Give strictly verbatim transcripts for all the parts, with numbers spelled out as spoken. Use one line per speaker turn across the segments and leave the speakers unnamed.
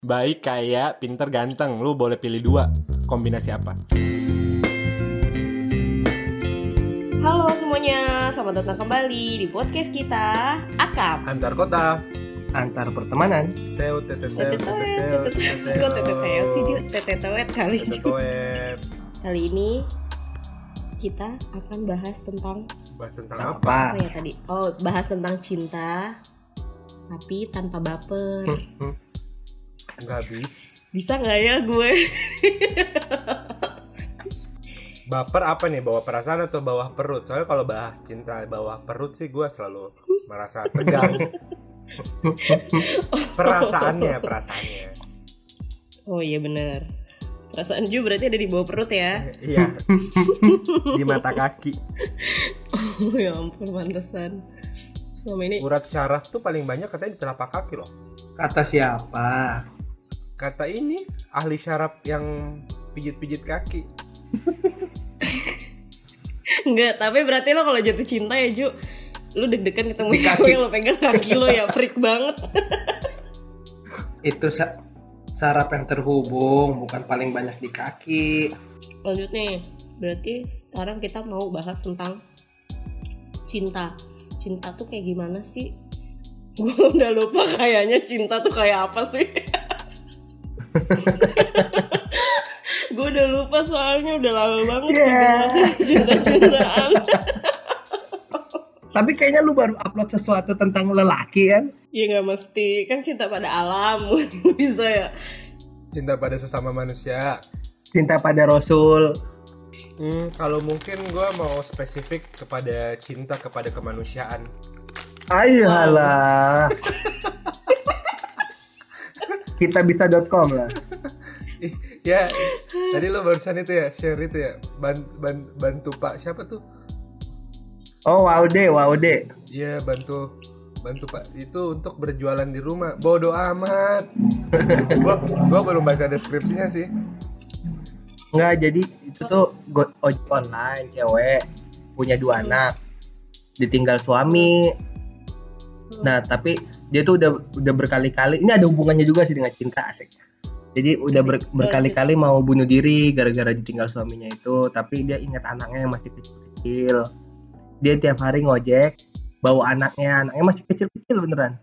Baik, kaya, pinter, ganteng. Lu boleh pilih dua. Kombinasi apa?
Halo semuanya, selamat datang kembali di podcast kita Akap
Antar kota,
antar pertemanan.
Teo tete teo
Tetet
tete
toet,
teo
tetet
tete
toet. Kok tetet toet sih, Ju? Tetet toet kali,
tete
Ju.
toet.
Kali ini kita akan bahas tentang
Bahas tentang
Apa?
apa?
apa ya tadi? Oh, bahas tentang cinta tapi tanpa baper.
Hmm,
Nggak habis.
Bisa nggak ya gue?
Baper apa nih? Bawah perasaan atau bawah perut? Soalnya kalau bahas cinta bawah perut sih gue selalu merasa tegang. Perasaannya, perasaannya.
Oh iya bener. Perasaan Ju berarti ada di bawah perut ya?
Iya. Di mata kaki.
Oh ya ampun, pantesan. Selama ini
Urat syaraf tuh paling banyak katanya di telapak kaki loh.
Kata siapa?
Kata ini ahli syaraf yang pijit-pijit kaki.
enggak, tapi berarti lo kalau jatuh cinta ya Ju, lu deg-degan ketemu
Di
cewek
kaki.
yang lo pegang kaki lo ya, freak banget.
Itu sa- saraf yang terhubung, bukan paling banyak di kaki.
Lanjut nih, berarti sekarang kita mau bahas tentang cinta. Cinta tuh kayak gimana sih? Gue udah lupa kayaknya cinta tuh kayak apa sih. Gue udah lupa soalnya udah lama banget
Yeah.
yeah. ngerasain cinta-cintaan.
Tapi kayaknya lu baru upload sesuatu tentang lelaki kan?
Ya gak mesti, kan cinta pada alam. Bisa ya.
Cinta pada sesama manusia.
Cinta pada Rasul.
Hmm, kalau mungkin gue mau spesifik kepada cinta kepada kemanusiaan.
Ayolah. Kitabisa dot com lah.
Ih, ya, tadi lo barusan itu ya share itu ya, ban, ban, bantu Pak siapa tuh?
Oh, wow deh, wow deh.
Iya, bantu bantu Pak itu untuk berjualan di rumah. Bodoh amat. gua gua belum baca deskripsinya sih.
Enggak, jadi itu tuh go- ojek online, cewek punya dua anak, ditinggal suami. Nah, tapi dia tuh udah udah berkali-kali, ini ada hubungannya juga sih dengan cinta, asik. Jadi udah ber- berkali-kali mau bunuh diri gara-gara ditinggal suaminya itu, tapi dia ingat anaknya yang masih kecil-kecil. Dia tiap hari ngojek bawa anaknya, anaknya masih kecil-kecil beneran.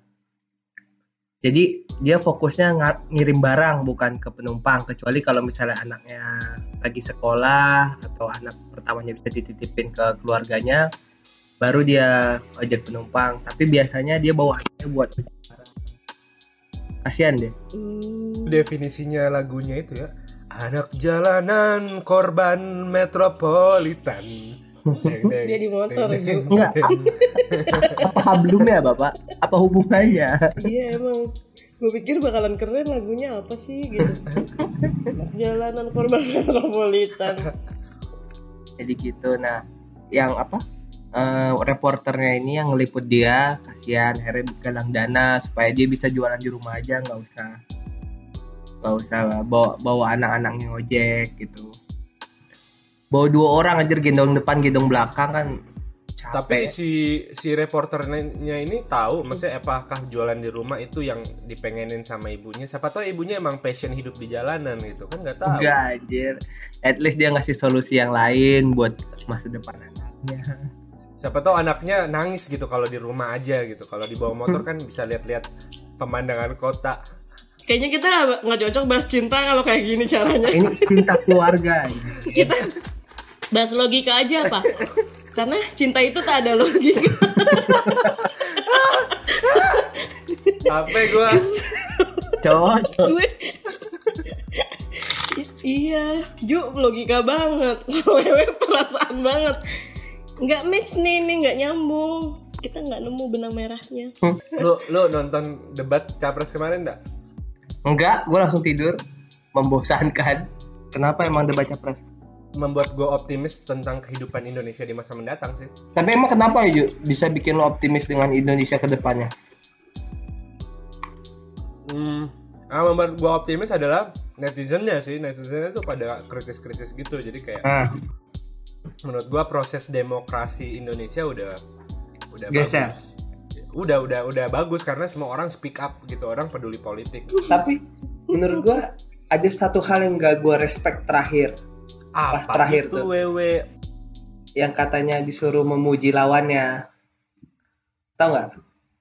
Jadi dia fokusnya ng- ngirim barang bukan ke penumpang, kecuali kalau misalnya anaknya lagi sekolah atau anak pertamanya bisa dititipin ke keluarganya, baru dia ojek penumpang. Tapi biasanya dia bawa anaknya buat ojek barang. Kasian deh.
Hmm.
Definisinya lagunya itu ya, anak jalanan korban metropolitan. Deng, deng,
Dia di motor,
deng, deng,
Ju.
Enggak.
deng.
Apa hablumnya Bapak? Apa hubungannya?
Iya emang. Gue pikir bakalan keren lagunya apa sih gitu. Jalanan korban metropolitan.
Jadi gitu. Nah, yang apa? Eh, reporternya ini yang ngeliput dia, kasihan akhirnya galang dana supaya dia bisa jualan di rumah aja, nggak usah nggak usah bawa bawa anak-anaknya ngojek gitu. Bawa dua orang aja, gendong depan gendong belakang kan capek.
Tapi si si reporternya ini tahu, maksudnya apakah jualan di rumah itu yang dipengenin sama ibunya? Siapa tahu ibunya emang passion hidup di jalanan gitu kan, nggak tahu.
Enggak anjir, at least dia ngasih solusi yang lain buat masa depan anaknya.
Siapa tahu anaknya nangis gitu kalau di rumah aja gitu. Kalau di bawah motor kan bisa lihat-lihat pemandangan kota.
Kayaknya kita nggak cocok bahas cinta kalau kayak gini caranya.
Ini cinta keluarga.
Kita bahas logika aja Pak. Karena cinta itu tak ada logika.
Apa gua?
Cowok.
Gue I- iya, Ju logika banget. Kalau wewe perasaan banget. Nggak match nih, nih nggak nyambung. Kita nggak nemu benang merahnya.
Lu lu nonton debat capres kemarin enggak?
Enggak, gue langsung tidur. Membosankan. Kenapa emang debat capres?
Membuat gue optimis tentang kehidupan Indonesia di masa mendatang sih.
Tapi emang kenapa ya Ju bisa bikin lo optimis dengan Indonesia ke depannya?
Hmm, yang membuat gue optimis adalah netizennya sih. Netizennya tuh pada kritis-kritis gitu. Jadi kayak
Nah,
menurut gue proses demokrasi Indonesia udah udah
geser.
bagus. Udah udah udah bagus karena semua orang speak up gitu, orang peduli politik.
Tapi menurut gue ada satu hal yang gak gue respect terakhir.
Apa
Pas terakhir
itu
tuh.
wewe?
Yang katanya disuruh memuji lawannya. Tahu nggak?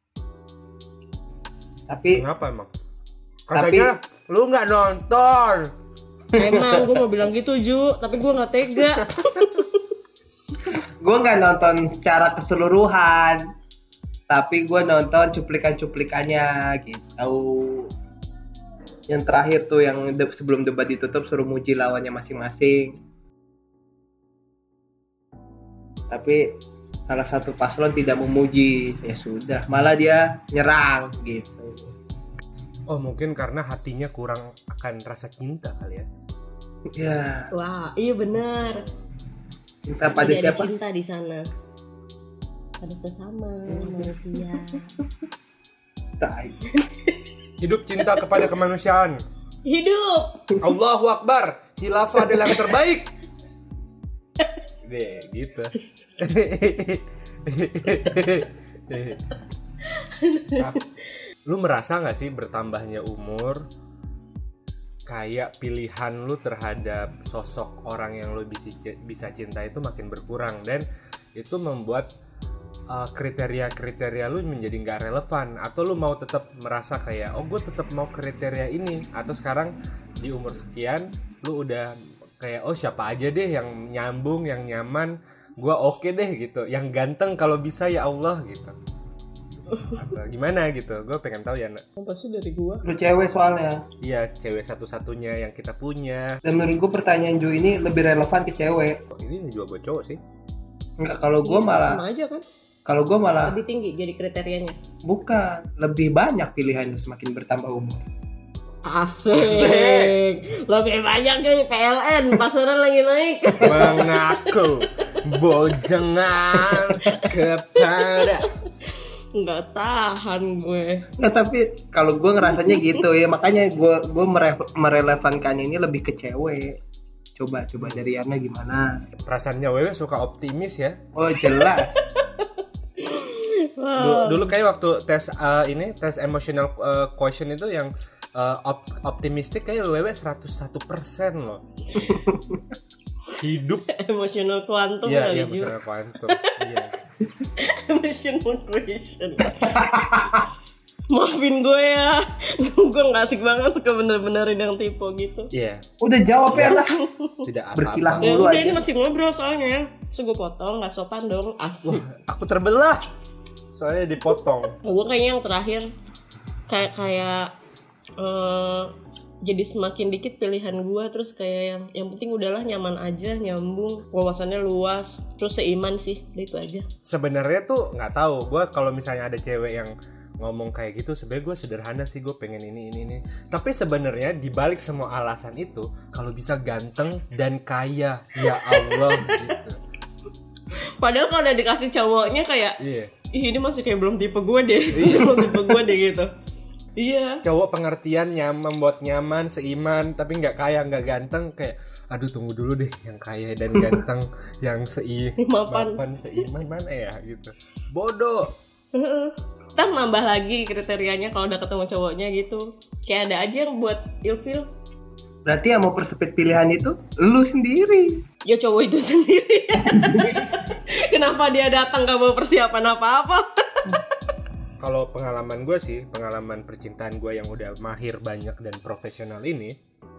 Tapi
Kenapa emang?
Tapi-
Katanya lu nggak nonton.
Emang gue mau bilang gitu Ju, tapi gue nggak tega.
gue nggak nonton secara keseluruhan, tapi gue nonton cuplikan-cuplikannya gitu. Yang terakhir tuh yang de- sebelum debat ditutup suruh muji lawannya masing-masing. Tapi salah satu paslon tidak memuji, ya sudah, malah dia nyerang gitu.
Oh mungkin karena hatinya kurang akan rasa cinta kali ya.
Ya,
Wah, iya benar.
cinta pada
Tidak ada
siapa?
cinta di sana. Pada sesama manusia.
Tai.
Hidup cinta kepada kemanusiaan.
Hidup.
Allahu Akbar. Khilafah adalah yang terbaik. Deh, gitu. Nah, lu merasa nggak sih bertambahnya umur kayak pilihan lu terhadap sosok orang yang lu bisa bisa cinta itu makin berkurang, dan itu membuat uh, kriteria-kriteria lu menjadi nggak relevan, atau lu mau tetap merasa kayak oh gue tetap mau kriteria ini, atau sekarang di umur sekian lu udah kayak oh siapa aja deh yang nyambung, yang nyaman, gue oke deh gitu, yang ganteng kalau bisa ya Allah gitu, atau gimana gitu. Gue pengen tahu ya.
Pasti dari gua.
Lu cewek soalnya.
Iya, cewek satu-satunya yang kita punya.
Dan menurut gue pertanyaan Ju ini lebih relevan ke cewek.
Oh, ini juga buat cowok sih.
Enggak, kalau gue
Iya,
malah
sama aja kan.
kalau gue malah
Lebih tinggi jadi kriterianya.
bukan, lebih banyak pilihannya semakin bertambah umur.
Asik. Lebih banyak cuy, P L N pasaran lagi naik.
Mengaku bojongan kepada.
Nggak tahan gue.
Nah, tapi kalau gue ngerasanya gitu ya, makanya gue gue mere- merelevankan ini lebih ke cewek. Coba coba dari Yana gimana?
Perasaannya Wewe suka optimis ya.
Oh jelas.
Dulu, dulu kayak waktu tes uh, ini tes emotional uh, quotient itu yang uh, op- optimistik kayak Wewe seratus satu persen loh. Hidup.
Emotional quantum
Iya,
kali
iya
Ju.
misalnya quantum. Iya.
Emotional question. Maafin gue ya. Gue gak asik banget suka bener-benerin yang tipe gitu.
Iya,
Udah jawab ya lah.
tidak
Berkilah
apa-apa.
Ya
Mulu
udah
aja.
ini masih ngobrol soalnya. Terus gue potong, gak sopan dong. Asik.
Aku terbelah. Soalnya dipotong.
Gue kayaknya yang terakhir kayak kayak eh, jadi semakin dikit pilihan gue, terus kayak yang yang penting udahlah nyaman aja, nyambung, wawasannya luas, terus seiman sih, udah itu aja.
Sebenarnya tuh nggak tahu. Gue kalau misalnya ada cewek yang ngomong kayak gitu, sebenarnya gue sederhana sih, gue pengen ini ini ini. Tapi sebenarnya dibalik semua alasan itu, kalau bisa ganteng dan kaya, ya Allah gitu.
Padahal kalau udah dikasih cowoknya kayak,
Iya.
ih ini masih kayak belum tipe gue deh, masih belum tipe gue deh gitu. Iya.
Cowok pengertian, nyaman, membuat nyaman, seiman, tapi nggak kaya, nggak ganteng, kayak aduh tunggu dulu deh yang kaya dan ganteng, yang sei,
Mapan.
mapan, seiman mana ya gitu. Bodoh.
Ntar nambah lagi kriterianya kalau udah ketemu cowoknya gitu. Kayak ada aja yang buat ilfil.
Berarti yang mau persempit pilihan itu lu sendiri.
Ya cowok itu sendiri. Kenapa dia datang gak bawa persiapan apa-apa?
Kalau pengalaman gue sih, pengalaman percintaan gue yang udah mahir banyak dan profesional ini,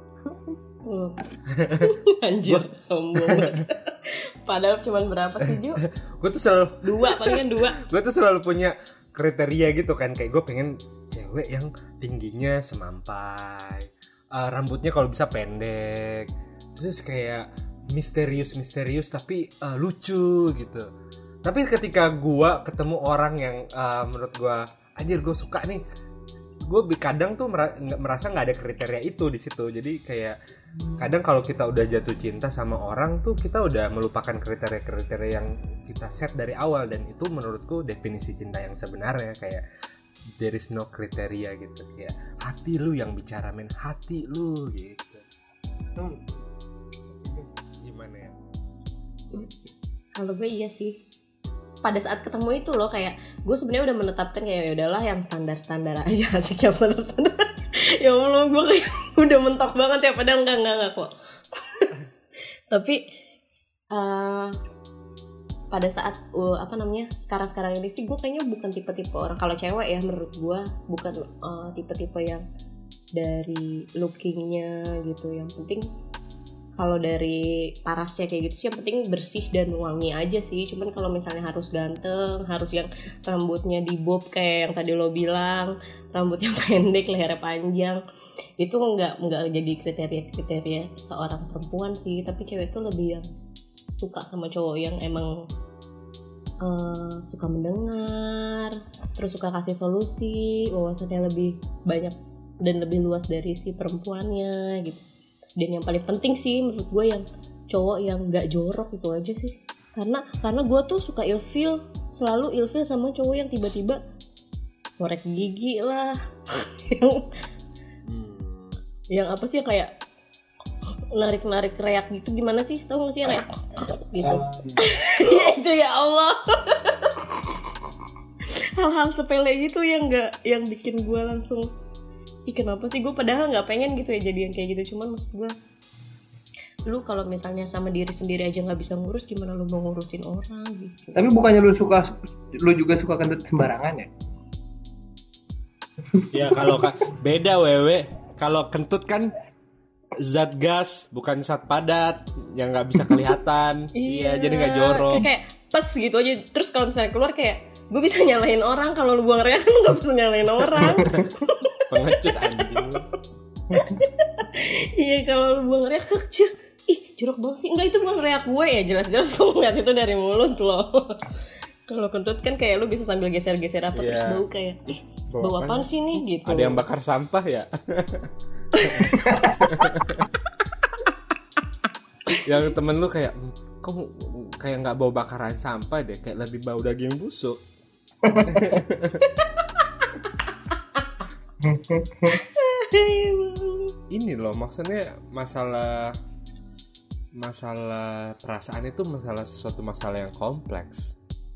Uh. Anjir, sombong banget. Padahal cuma berapa sih, Ju?
gue tuh selalu,
Dua, palingan dua.
gue tuh selalu punya kriteria gitu kan, kayak gue pengen cewek yang tingginya semampai, uh, rambutnya kalau bisa pendek, terus kayak misterius-misterius tapi uh, lucu gitu. Tapi ketika gue ketemu orang yang uh, menurut gue anjir gue suka nih, gue kadang tuh mer- merasa nggak ada kriteria itu di situ. Jadi kayak kadang kalau kita udah jatuh cinta sama orang tuh kita udah melupakan kriteria-kriteria yang kita set dari awal, dan itu menurutku definisi cinta yang sebenarnya. Kayak there is no kriteria gitu, kayak hati lu yang bicara, men, hati lu gitu. Hmm. Gimana ya?
Kalau gue iya sih. Pada saat ketemu itu loh, kayak gue sebenarnya udah menetapkan kayak ya udahlah yang standar-standar aja, asik yang standar-standar aja. Ya Allah, gue kayak udah mentok banget ya, padahal enggak enggak enggak kok. Tapi uh, pada saat uh, apa namanya sekarang-sekarang ini sih gue kayaknya bukan tipe-tipe orang, kalau cewek ya menurut gue bukan uh, tipe-tipe yang dari lookingnya gitu. Yang penting kalau dari parasnya kayak gitu sih yang penting bersih dan wangi aja sih. Cuman kalau misalnya harus ganteng, harus yang rambutnya di bob kayak yang tadi lo bilang, rambutnya pendek, lehernya panjang, itu nggak nggak jadi kriteria-kriteria seorang perempuan sih. Tapi cewek itu lebih yang suka sama cowok yang emang uh, suka mendengar, terus suka kasih solusi, wawasannya lebih banyak dan lebih luas dari si perempuannya gitu. Dan yang paling penting sih menurut gue yang cowok yang nggak jorok, itu aja sih. Karena karena gue tuh suka ilfeel, selalu ilfeel sama cowok yang tiba-tiba ngorek gigi lah, yang hmm. yang apa sih kayak narik-narik reak gitu, gimana sih, tau nggak sih reak gitu? Ya itu ya Allah. Hal-hal sepele gitu yang nggak, yang bikin gue langsung, ih kenapa sih gue padahal nggak pengen gitu ya jadi yang kayak gitu. Cuman maksud gue, lu kalau misalnya sama diri sendiri aja nggak bisa ngurus, gimana lu mau ngurusin orang gitu.
Tapi bukannya lu suka, lu juga suka kentut sembarangan ya?
Ya kalau ka- beda wewe, kalau kentut kan zat gas bukan zat padat yang nggak bisa kelihatan. Iya, jadi nggak jorok.
Kayak, kayak pas gitu aja. Terus kalau misalnya keluar kayak gue bisa nyalahin orang, kalau lu buang reak kan lu nggak bisa nyalahin orang.
Pengecut anjing.
Iya kalau lu buang reak kecil, ih jorok banget sih. Enggak, itu bukan reak gue ya, jelas-jelas gue ngeliat itu dari mulut loh. Kalau kentut kan kayak lu bisa sambil geser-geser apa yeah. Terus bau kayak ih bau apaan sih nih gitu.
Ada yang bakar sampah ya. Yang temen lu kayak kok kayak nggak bau bakaran sampah deh, kayak lebih bau daging busuk. Ini loh maksudnya masalah masalah perasaan itu masalah sesuatu masalah yang kompleks.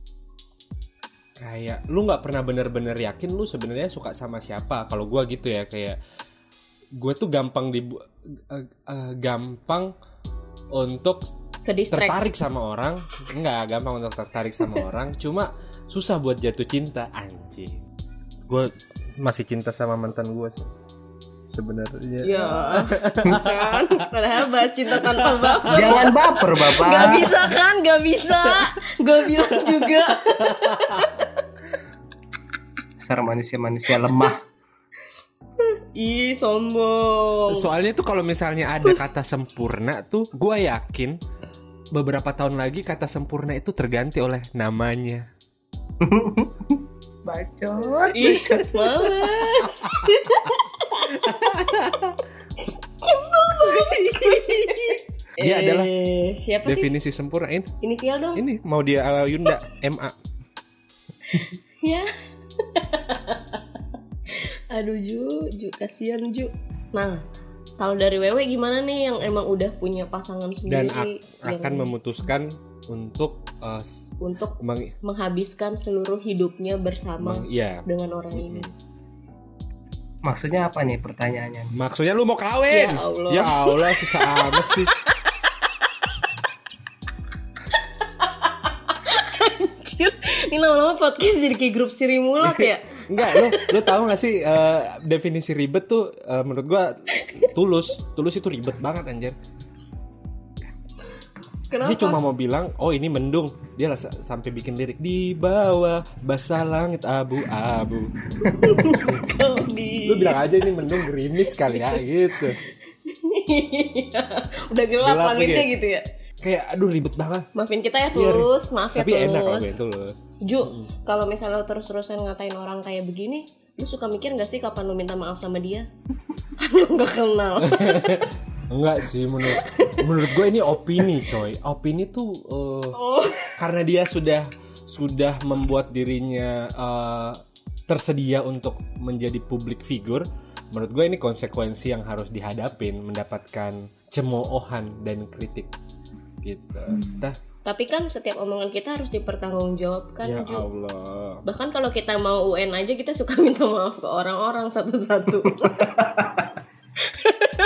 Kayak lu nggak pernah bener-bener yakin lu sebenarnya suka sama siapa. Kalau gue gitu ya, kayak gue tuh gampang di uh, uh, gampang untuk tertarik sama orang. Enggak, gampang untuk tertarik sama orang. Cuma susah buat jatuh cinta. Anjing. Gue masih cinta sama mantan gue sih sebenarnya.
Ya kan, padahal bahas cinta tanpa baper.
Jangan baper bapak.
Gak bisa kan, gak bisa. Gue bilang juga.
Dasar manusia-manusia lemah.
Ih sombong.
Soalnya tuh kalau misalnya ada kata sempurna tuh, gue yakin beberapa tahun lagi kata sempurna itu terganti oleh namanya.
Bacot.
Ih males. Kesel banget.
Dia eh, adalah
siapa
definisi
sih?
Sempurna. Ini
inisial dong.
Ini mau dia uh, Yunda M A.
Ya. Aduh Ju, Ju kasihan Ju. Nah, kalau dari Wewe gimana nih yang emang udah punya pasangan sendiri
dan a- akan
yang...
memutuskan untuk uh,
untuk
meng-
menghabiskan seluruh hidupnya bersama
meng- yeah.
dengan orang
mm-hmm.
ini.
Maksudnya apa nih pertanyaannya?
Maksudnya lu mau kawin?
Ya Allah,
ya Allah susah amat sih.
Anjir, ini lama-lama podcast jadi kayak grup Siri Mulat ya.
Enggak, lu lu tahu nggak sih uh, definisi ribet tuh uh, menurut gua tulus, tulus itu ribet banget anjir.
Kenapa?
Dia cuma mau bilang, oh ini mendung. Dia lah sampai bikin lirik di bawah basah langit abu-abu. Lu bilang aja ini mendung gerimis kali ya gitu.
Udah gelap, gelap langitnya gitu ya.
Kayak aduh ribet banget.
Maafin kita ya Tulus, maaf ya
Tapi
Tulus.
Tapi enak kalau Tulus.
Ju, hmm. kalau misalnya lu terus-terusan ngatain orang kayak begini, lu suka mikir gak sih kapan lu minta maaf sama dia? Lu gak kenal.
Enggak sih, menurut menurut gue ini opini coy. Opini tuh uh, oh. karena dia sudah sudah membuat dirinya uh, tersedia untuk menjadi public figure. Menurut gue ini konsekuensi yang harus dihadapin, mendapatkan cemoohan dan kritik gitu. Nah,
tapi kan setiap omongan kita harus dipertanggungjawabkan.
Ya
Ju.
Allah.
Bahkan kalau kita mau U N aja kita suka minta maaf ke orang-orang satu-satu.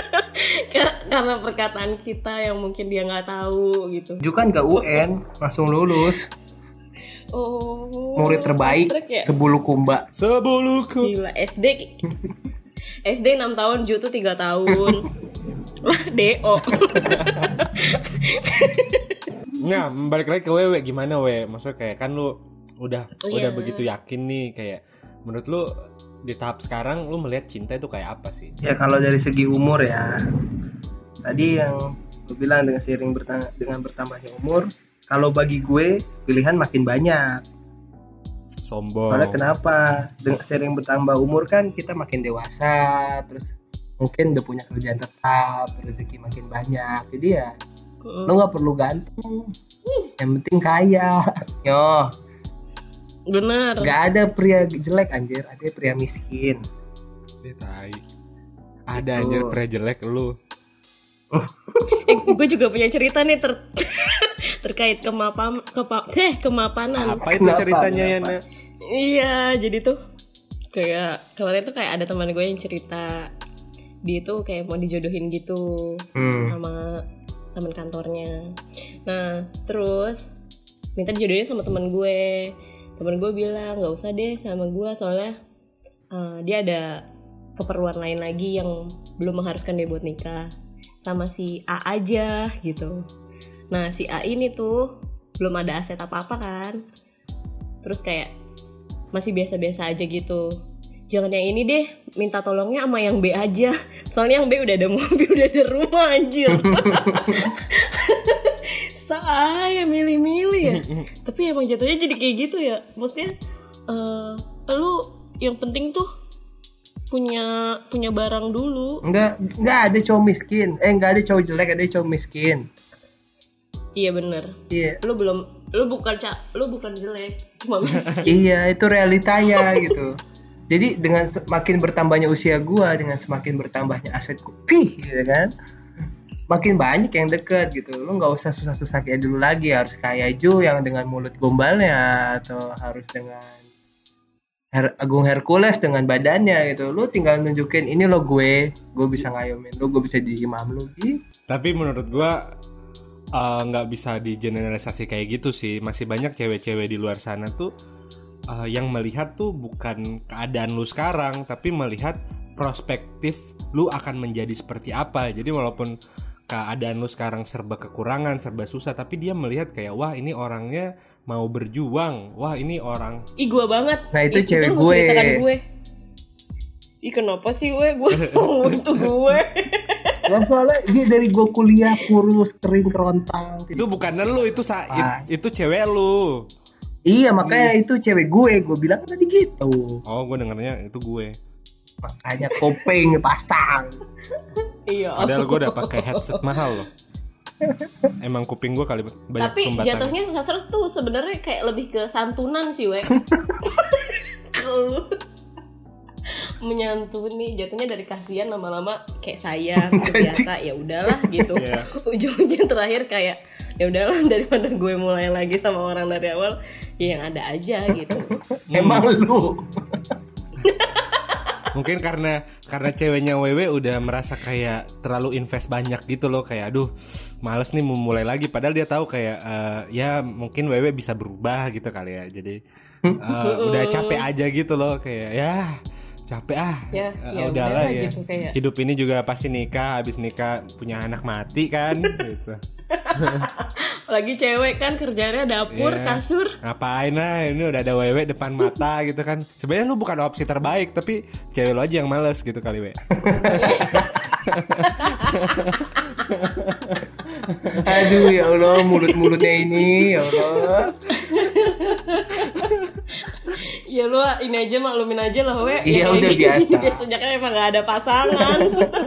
karena perkataan kita yang mungkin dia nggak tahu gitu.
Ju kan gak U N, langsung lulus.
Oh.
Murid terbaik
ya?
sebulu kumba.
Sebulu ku.
Gila, S D S D enam tahun, Ju tuh tiga tahun. Lah, D O.
Nah, balik lagi ke Wewe, gimana We? Maksudnya kayak kan lu udah
Oh,
udah
iya.
begitu yakin nih, kayak menurut lu di tahap sekarang lu melihat cinta itu kayak apa sih?
Ya kalau dari segi umur ya, tadi yang gue bilang dengan seiring bertambah, dengan bertambahnya umur, kalau bagi gue pilihan makin banyak.
Sombong.
Karena kenapa? Dengan seiring bertambah umur kan kita makin dewasa, terus mungkin udah punya kerjaan tetap, rezeki makin banyak. Jadi ya lo nggak perlu ganteng, yang penting kaya. Yo,
Bener.
nggak ada pria jelek anjir, ada pria miskin.
Dia tai. Ada
Gitu.
anjir pria jelek lu.
Eh, gue juga punya cerita nih ter terkait kemapam kepa eh kemapanan.
Apa itu
Kenapa?
ceritanya ya,
Kenapa?
Nak?
Iya, jadi tuh kayak kemarin tuh kayak ada teman gue yang cerita dia tuh kayak mau dijodohin gitu
Hmm.
sama teman kantornya. Nah, terus minta dijodohin sama teman gue. Teman gue bilang nggak usah deh sama gue soalnya uh, dia ada keperluan lain lagi yang belum mengharuskan dia buat nikah. Sama si A aja gitu. Nah si A ini tuh belum ada aset apa-apa kan. Terus kayak masih biasa-biasa aja gitu. Jangan yang ini deh, minta tolongnya sama yang B aja. Soalnya yang B udah ada mobil, udah ada rumah anjir. Saya milih-milih ya. Tapi emang jatuhnya jadi kayak gitu ya. Maksudnya uh, lu yang penting tuh punya punya barang dulu.
Enggak, enggak ada cowok miskin. Eh, enggak ada cowok jelek, ada cowok miskin.
Iya bener.
Iya.
Lu belum, lu bukan ca, lu bukan jelek, cuma miskin.
Iya, itu realitanya gitu. Jadi dengan semakin bertambahnya usia gua, dengan semakin bertambahnya asetku, pih, gitu kan. Makin banyak yang deket gitu. Lu nggak usah susah-susah kayak dulu lagi, harus kayak Ju yang dengan mulut gombalnya, atau harus dengan Her- Agung Hercules dengan badannya gitu. Lu tinggal nunjukin ini lo gue, gue bisa ngayomin lu, gue bisa jadi imam lu gitu.
Tapi menurut gua uh, nggak bisa digeneralisasi kayak gitu sih. Masih banyak cewek-cewek di luar sana tuh uh, yang melihat tuh bukan keadaan lu sekarang, tapi melihat prospektif lu akan menjadi seperti apa. Jadi walaupun keadaan lu sekarang serba kekurangan, serba susah, tapi dia melihat kayak wah ini orangnya mau berjuang, wah ini orang.
Ih gue banget.
Nah, itu
Ih,
cewek
lu
gue.
menceritakan gue. Ih kenapa sih gue gue ngomong itu gue.
Lah soalnya dia dari gue kuliah kurus, kering, kerontang.
Itu bukan lu, itu sa-
Ah.
it- itu cewek lu.
Iya, makanya itu cewek gue, gue bilang kan tadi gitu.
Oh, gue dengernya itu gue.
Makanya kopeng pasang.
Iya.
Padahal gue udah pakai headset mahal loh. Emang kuping gue kali banyak
Tapi
sumbatan.
jatuhnya sastra tuh sebenarnya kayak lebih ke santunan sih, we. Kalau menyantuni jatuhnya dari kasihan lama-lama kayak sayang biasa ya udahlah gitu.
Iya.
Ujung-ujung terakhir kayak ya udahlah daripada gue mulai lagi sama orang dari awal ya yang ada aja gitu.
Emang lu.
Mungkin karena karena ceweknya Wewe udah merasa kayak terlalu invest banyak gitu loh, kayak aduh males nih mau mulai lagi, padahal dia tahu kayak uh, ya mungkin Wewe bisa berubah gitu kali ya. Jadi uh, udah capek aja gitu loh, kayak ya capek ah.
Ya,
Uh,
ya
udahlah
udahlah
ya.
gitu kayak.
Hidup ini juga pasti nikah, habis nikah punya anak mati kan gitu.
Lagi cewek kan kerjanya dapur,
Iya.
kasur.
Ngapain lah, ini udah ada wewe depan mata gitu kan. Sebenarnya lu bukan opsi terbaik, tapi cewek lu aja yang males gitu kali, we.
Aduh ya Allah, mulut-mulutnya ini ya Allah.
Ya lu ini aja maklumin aja lah, we.
Iya,
Ya,
udah
kayak
biasa.
gini. Biasanya kan emang gak ada pasangan.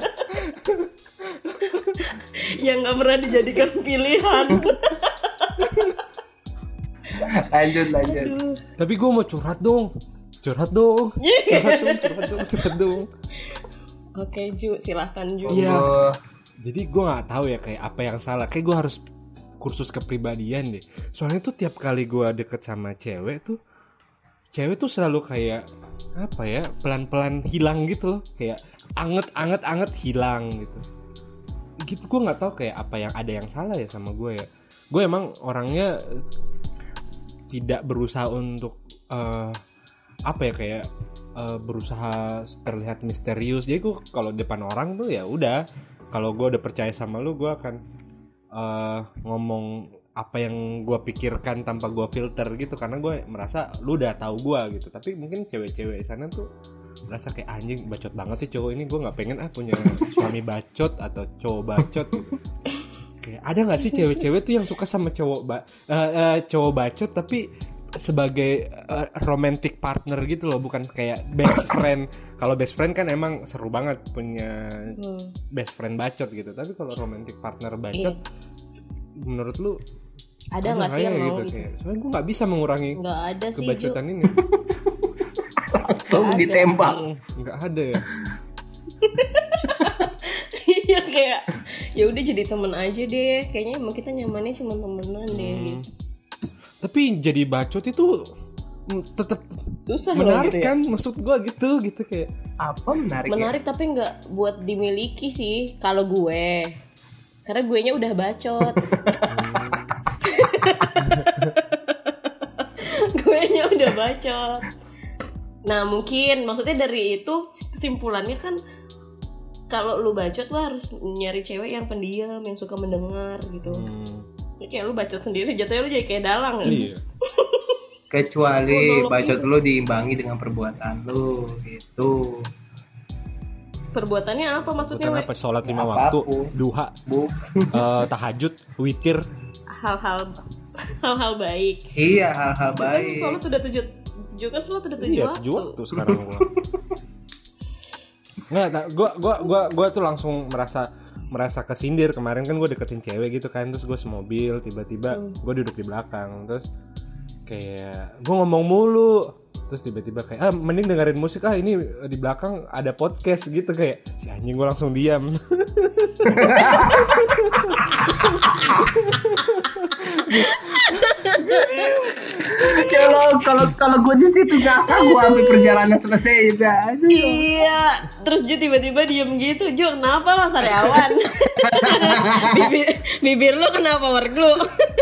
Yang gak pernah dijadikan pilihan.
Lanjut lanjut.
Aduh.
Tapi gue mau curhat dong. Curhat dong. Curhat dong, curhat dong, curhat dong.
Oke, Ju, silahkan Ju.
Iya.
Oh,
Jadi gue nggak tahu ya kayak apa yang salah. Kayak gue harus kursus kepribadian deh. Soalnya tuh tiap kali gue deket sama cewek tuh, cewek tuh selalu kayak apa ya, pelan-pelan hilang gitu loh. Kayak anget, anget, anget hilang gitu. gitu. Gue nggak tahu kayak apa yang ada yang salah ya sama gue ya. Gue emang orangnya tidak berusaha untuk uh, apa ya kayak uh, berusaha terlihat misterius. Jadi gue kalau depan orang tuh ya udah, kalau gue udah percaya sama lu, gue akan uh, ngomong apa yang gue pikirkan tanpa gue filter gitu, karena gue merasa lu udah tahu gue gitu. Tapi mungkin cewek-cewek sana tuh merasa kayak anjing bacot banget sih cowok ini, gue nggak pengen ah punya suami bacot atau cowok bacot gitu. Kayak ada nggak sih cewek-cewek tuh yang suka sama cowok ba- uh, uh, cowok bacot tapi sebagai uh, romantic partner gitu loh, bukan kayak best friend. Kalau best friend kan emang seru banget punya hmm. best friend bacot gitu, tapi kalau romantic partner bacot, iya. menurut lu
ada nggak sih yang mau
gitu?
gitu?
Kayak, soalnya gue nggak bisa mengurangi
nggak ada sih,
kebacotan
Ju.
ini.
Langsung ditembak.
Nggak ada ya.
Iya kayak ya udah jadi temen aja deh. Kayaknya emang kita nyamannya cuma temenan deh. Hmm. Gitu.
Tapi jadi bacot itu tetap
susah
menarik
gitu ya?
Kan maksud gue gitu gitu kayak
apa menarik?
Menarik ya? Tapi nggak buat dimiliki sih kalau gue. Karena gue nya udah bacot. Gue nya udah bacot. Nah mungkin maksudnya dari itu kesimpulannya kan kalau lu bacot lu harus nyari cewek yang pendiam, yang suka mendengar gitu. Hmm. Ya, kayak lu bacot sendiri jatuhnya lu jadi kayak dalang kan? Iya.
Kecuali oh, bacot lu diimbangi dengan perbuatan lu gitu.
Perbuatannya apa maksudnya?
Perbuatan apa? Sholat lima ya, waktu, duha, uh, tahajud, witir.
Hal-hal hal-hal baik.
Iya, hal-hal baik.
Kan sholat udah tujuh juga sholat udah tujuh
iya,
waktu.
tujuh waktu sekarang gua. Nggak, nah, gua gua gua gua tuh langsung merasa merasa kesindir. Kemarin kan gue deketin cewek gitu kan, terus gue semobil, tiba-tiba hmm. gue duduk di belakang, terus kayak gue ngomong mulu, terus tiba-tiba kayak ah mending dengerin musik ah, ini di belakang ada podcast gitu, kayak si anjing. Gue langsung diam.
Kalau kalau kalau gue di situ gak akan gue ambil perjalanan selesai juga. Aduh.
Iya, terus Ju tiba-tiba diem gitu. Ju, kenapa lo sariawan? bibir bibir lo kenapa merglu?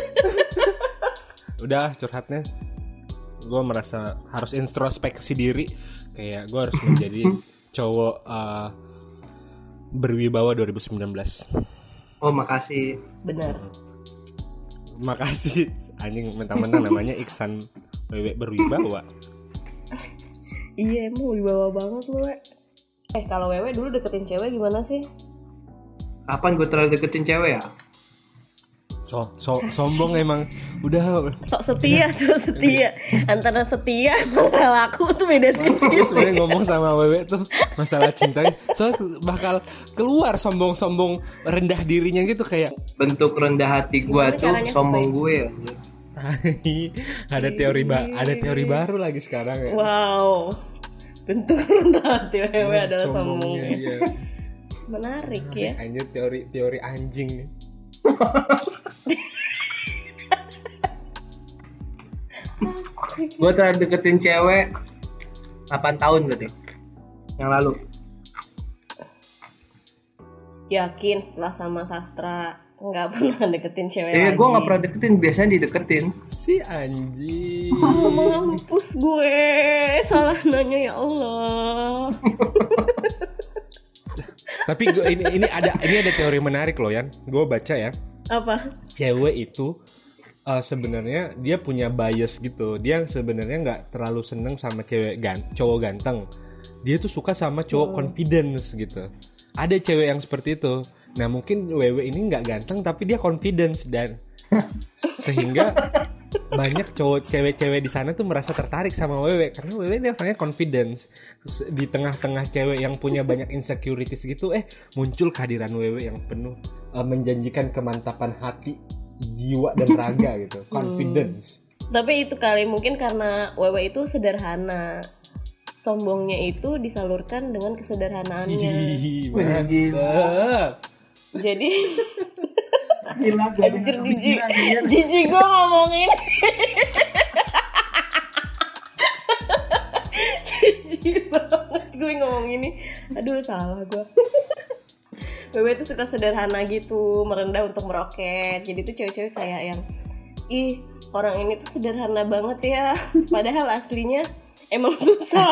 Udah curhatnya. Gue merasa harus introspeksi diri, kayak gue harus menjadi cowok uh, berwibawa dua ribu sembilan belas.
Oh makasih.
Benar.
Makasih anjing, mentang-mentang namanya Iksan Wewe berwibawa.
Iya emang wibawa banget lo, We. Eh kalau Wewe dulu deketin cewek gimana sih?
Kapan gue terlalu deketin cewek ya?
So, so sombong emang. Udah
sok setia, sok setia. Antara setia sama laku tuh beda tipis.
Gue sebenarnya ngomong sama Wewe tuh masalah cintanya, so bakal keluar sombong-sombong rendah dirinya gitu, kayak
bentuk rendah hati gue tuh sombong gue ya.
Ada teori ba- ada teori baru lagi sekarang ya.
Wow. Bentuk rendah hati Wewe nah, adalah sombongnya. Iya. Menarik ya.
Anjir, teori teori anjing nih.
Gue terakhir deketin cewek delapan tahun berarti yang lalu.
Yakin setelah sama Sastra nggak pernah deketin cewek
eh,
lagi?
Gue nggak pernah deketin, biasanya dideketin.
Si anjing.
Oh, mampus gue, salah nanya ya Allah.
Tapi gua, ini ini ada ini ada teori menarik loh, Yan. Gue baca ya.
Apa?
Cewek itu uh, sebenarnya dia punya bias gitu. Dia sebenarnya nggak terlalu seneng sama cewek gan, cowok ganteng. Dia tuh suka sama cowok oh. confidence gitu. Ada cewek yang seperti itu. Nah mungkin Wewe ini nggak ganteng tapi dia confidence, dan sehingga banyak cowok cewek-cewek di sana tuh merasa tertarik sama Wewe karena Wewe dia orangnya confidence. Di tengah-tengah cewek yang punya banyak insecurities gitu, eh muncul kehadiran Wewe yang penuh uh, menjanjikan kemantapan hati, jiwa dan raga gitu. Confidence.
Hmm. Tapi itu kali mungkin karena Wewe itu sederhana. Sombongnya itu disalurkan dengan kesederhanaannya.
Mantap.
Jadi
gila,
anjir jijik. Jijik gue ngomongin. Jijik banget gue ngomong ini. Aduh salah gue. wewe tuh suka sederhana gitu, merendah untuk meroket. Jadi tuh cewek-cewek kayak yang ih, orang ini tuh sederhana banget ya, padahal aslinya emang susah.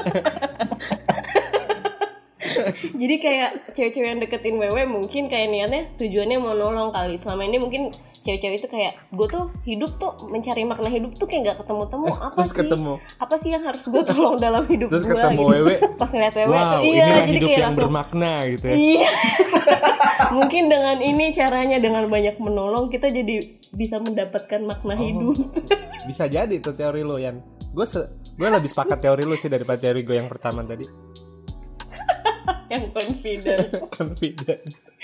Jadi kayak cewek-cewek yang deketin wewe mungkin kayak niatnya tujuannya mau nolong kali. Selama ini mungkin cewek-cewek itu kayak gue tuh hidup tuh mencari makna hidup tuh kayak gak ketemu-temu. Apa
Terus
sih?
ketemu.
Apa sih yang harus gue tolong dalam hidup gue?
Terus ketemu
gitu.
wewe.
Pas ngeliat wewe
Wow,
tuh iya,
inilah
jadi
hidup
kayak
yang
langsung,
bermakna gitu ya.
iya. Mungkin dengan ini caranya, dengan banyak menolong kita jadi bisa mendapatkan makna
Oh.
hidup.
Bisa jadi tuh teori lo, Yan. Gue se- gue lebih sepakat teori lo sih daripada teori gue yang pertama tadi.
Yang confident.
Confident.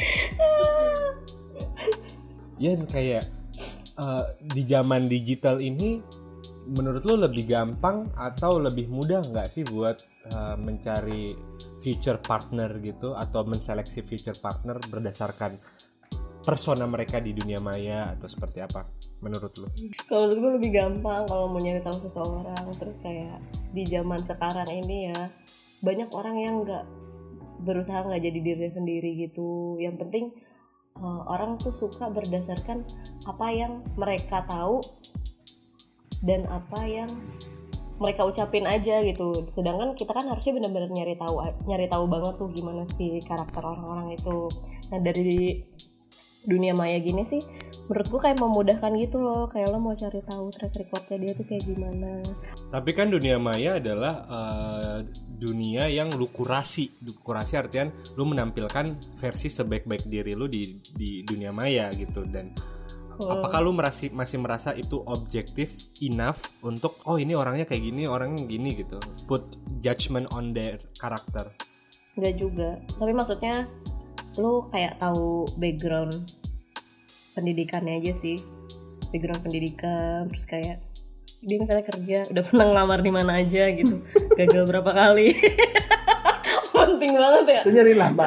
Yan, kayak uh, di zaman digital ini menurut lo lebih gampang atau lebih mudah nggak sih buat uh, mencari future partner gitu, atau menseleksi future partner berdasarkan persona mereka di dunia maya, atau seperti apa menurut lo?
Kalau menurut gue lebih gampang kalau mau nyari tahu seseorang. Terus kayak di zaman sekarang ini ya, banyak orang yang nggak berusaha nggak jadi dirinya sendiri gitu. Yang penting uh, orang tuh suka berdasarkan apa yang mereka tahu dan apa yang mereka ucapin aja gitu. Sedangkan kita kan harusnya benar-benar nyari tahu nyari tahu banget tuh gimana sih karakter orang-orang itu. Nah, dari dunia maya gini sih menurut gue kayak memudahkan gitu loh. Kayak lo mau cari tahu track recordnya dia tuh kayak gimana.
Tapi kan dunia maya adalah uh, dunia yang lu kurasi. Lu kurasi artian lu menampilkan versi sebaik-baik diri lu di di dunia maya gitu. Dan hmm. apakah lu merasi, masih merasa itu objektif enough untuk oh ini orangnya kayak gini, orangnya gini gitu. Put judgment on their karakter.
Enggak juga. Tapi maksudnya lu kayak tahu background pendidikannya aja sih. Background pendidikan, terus kayak dia misalnya kerja udah pernah ngelamar di mana aja gitu, gagal berapa kali. Penting banget ya.
Itu nyari lama.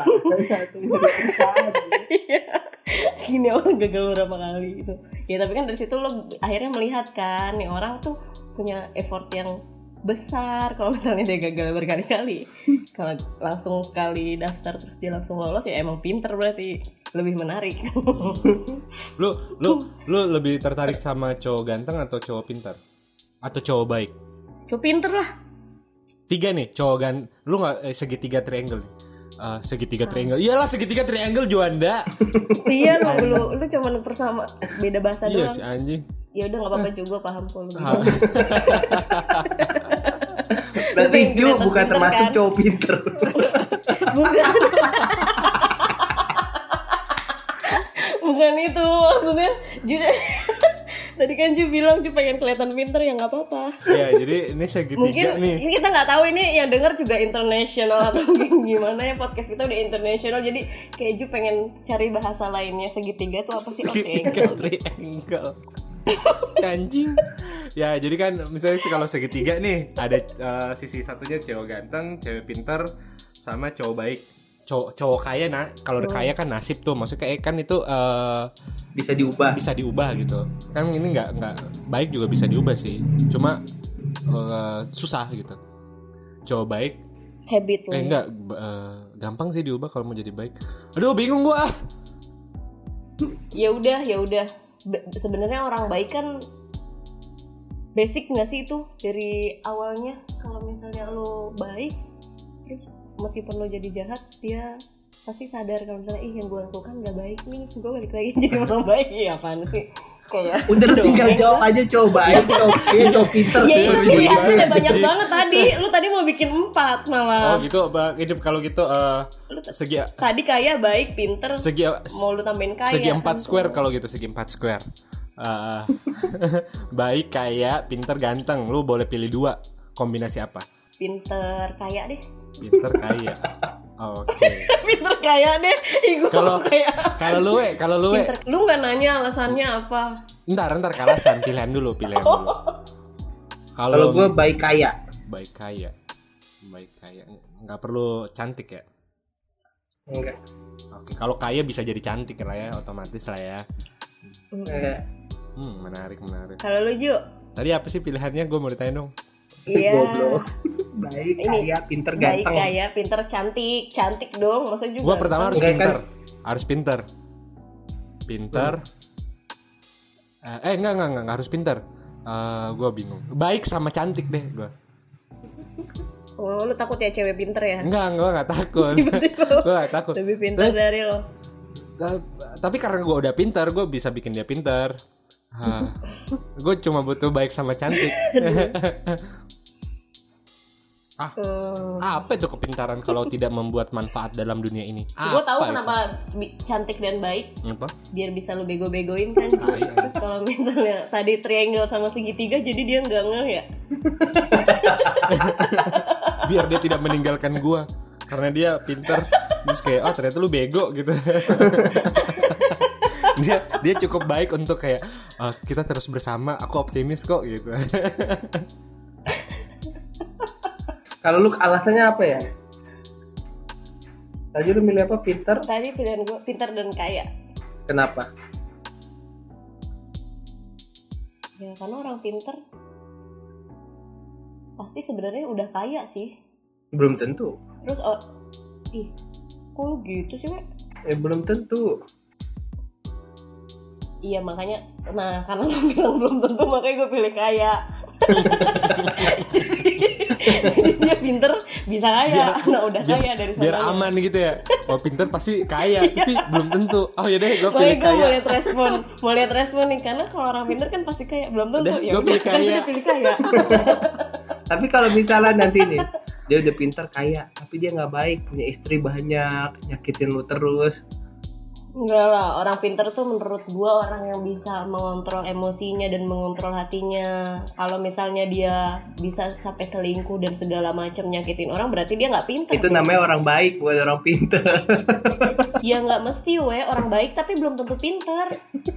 Iya. Gini orang gagal berapa kali gitu. Ya tapi kan dari situ lo akhirnya melihat kan nih orang tuh punya effort yang besar. Kalau misalnya dia gagal berkali-kali, kalau langsung sekali daftar terus dia langsung lolos, ya emang pinter berarti, lebih menarik.
Lu lu lu lebih tertarik sama cowok ganteng atau cowok pintar? Atau cowok baik?
Cowok pinter lah.
Tiga nih, cowok gan lu nggak eh, segitiga triangle nih. Uh, segitiga triangle. Iyalah segitiga triangle Juanda.
Iya lo lu lu cuma persama beda bahasa
Iya
doang.
si anjing.
Ya udah nggak apa-apa juga, paham kok lu.
Berarti
Lebih
Ju
kelihatan
bukan
pinter,
termasuk
kan?
cowok pinter.
Bukan. Bukan itu maksudnya. Ju, tadi kan Ju bilang Ju pengen kelihatan pinter, ya nggak apa-apa.
Ya jadi ini segitiga
Mungkin
nih.
ini kita nggak tahu ini yang denger juga internasional atau gimana ya, podcast kita udah internasional, jadi kayak Ju pengen cari bahasa lainnya. Segitiga tuh apa sih? Oke,
Segitiga triangle. Anjing. Ya jadi kan misalnya kalau segitiga nih ada uh, sisi satunya cowok ganteng, cewek pinter, sama cowok baik. Cowok cowok kaya, nah kalau udah kaya kan nasib tuh, maksudnya kayak kan itu uh,
Bisa diubah.
bisa diubah gitu. Kan ini nggak nggak baik juga bisa diubah sih, cuma uh, susah gitu. Cowok baik
habit lo.
eh enggak uh, gampang sih diubah kalau mau jadi baik. Aduh bingung gua.
Ya udah, ya udah. Be- sebenarnya orang baik kan basic nggak sih itu dari awalnya. Kalau misalnya lo baik, terus meskipun lo jadi jahat, dia pasti sadar kalau misalnya ih yang gue lakukan nggak baik nih, gue balik lagi jadi orang baik. Iya apaan sih? Kayak
Udah lu tinggal
dongeng.
jawab aja cowok baik, cowok iya, cowok pinter.
Ya itu
Iya,
pilihannya
iya,
udah banyak
iya.
banget tadi. Lu tadi mau bikin empat malah.
Oh gitu, Bang. Ini kalau gitu uh, segi
Tadi kaya, baik, pinter.
segi
Mau lu tambahin kaya.
segi empat
kan?
square kalau gitu, segi empat square. Uh, baik, kaya, pinter, ganteng. Lu boleh pilih dua. Kombinasi apa?
Pinter, kaya deh.
Pinter, kaya. Oke.
Pinter, kaya deh. Ih, gua
Kalau
kaya.
kalau lu we, kalau lu we.
Pinter. Lu nggak nanya alasannya apa?
Ntar, ntar kalasan, pilihan dulu, pilihan dulu.
Kalau gue baik kaya.
baik kaya, baik kaya, nggak perlu cantik ya.
Enggak.
Oke, kalau kaya bisa jadi cantik lah ya, otomatis lah ya.
Enggak.
Hmm, menarik, menarik.
Kalau lu Ju,
Tadi apa sih pilihannya? Gue mau ditanya dong.
Iya.
Goblok. Baik,
Ini,
kaya, pinter,
Baik,
ganteng.
kaya, pinter, cantik. Cantik dong, masa juga.
Gua pertama harus
Enggak,
pinter. Harus pinter. Pinter. Eh, eh enggak, enggak, enggak, enggak harus pinter. Eh, gua bingung. Baik sama cantik deh gua.
Oh, lu takut ya cewek pinter ya?
Enggak, enggak, enggak takut. Gua enggak takut.
Lebih pinter dari lo.
Nah, tapi karena gue udah pintar, gue bisa bikin dia pintar. Gue cuma butuh baik sama cantik. ah,
Hmm.
apa itu kepintaran kalau tidak membuat manfaat dalam dunia ini?
Gue tahu
Apa
kenapa bi- cantik dan baik.
itu? Apa?
Biar bisa lu bego-begoin kan. Ju.
Ah, iya.
Terus kalau misalnya tadi triangle sama segitiga, jadi dia nggak ngeh ya.
Biar dia tidak meninggalkan gue karena dia pintar. Terus kayak oh ternyata lu bego gitu. dia dia cukup baik untuk kayak oh, kita terus bersama, aku optimis kok gitu.
Kalau lu alasannya apa ya? Tadi lu milih apa? Pinter?
Tadi pilihan gue pintar dan kaya.
Kenapa?
Ya karena orang pintar pasti sebenarnya udah kaya sih.
Belum tentu.
Terus oh, ih, kok lu gitu sih, Wek?
Eh belum tentu.
Iya makanya, nah karena lo bilang belum tentu makanya gue pilih kaya. Dia pinter bisa kaya,
Biar-
nah udah
biar,
kaya dari sana.
biar aman gitu ya. Oh pinter pasti kaya, tapi belum tentu. Oh yaudah gue
Makanya
pilih
gue mau
kaya.
lihat respon, mau lihat respon nih karena kalau orang pinter kan pasti kaya, belum tentu.
Udah,
Ya
gua
udah,
pilih
kan
kaya.
kita pilih kaya.
Tapi kalau misalnya nanti nih dia udah pinter kaya, tapi dia nggak baik, punya istri banyak, nyakitin lu terus.
Enggak lah, orang pinter tuh menurut gue orang yang bisa mengontrol emosinya dan mengontrol hatinya. Kalau misalnya dia bisa sampai selingkuh dan segala macam nyakitin orang, berarti dia nggak pinter.
Itu namanya orang baik, bukan orang pinter.
Ya nggak mesti we, orang baik tapi belum tentu pinter.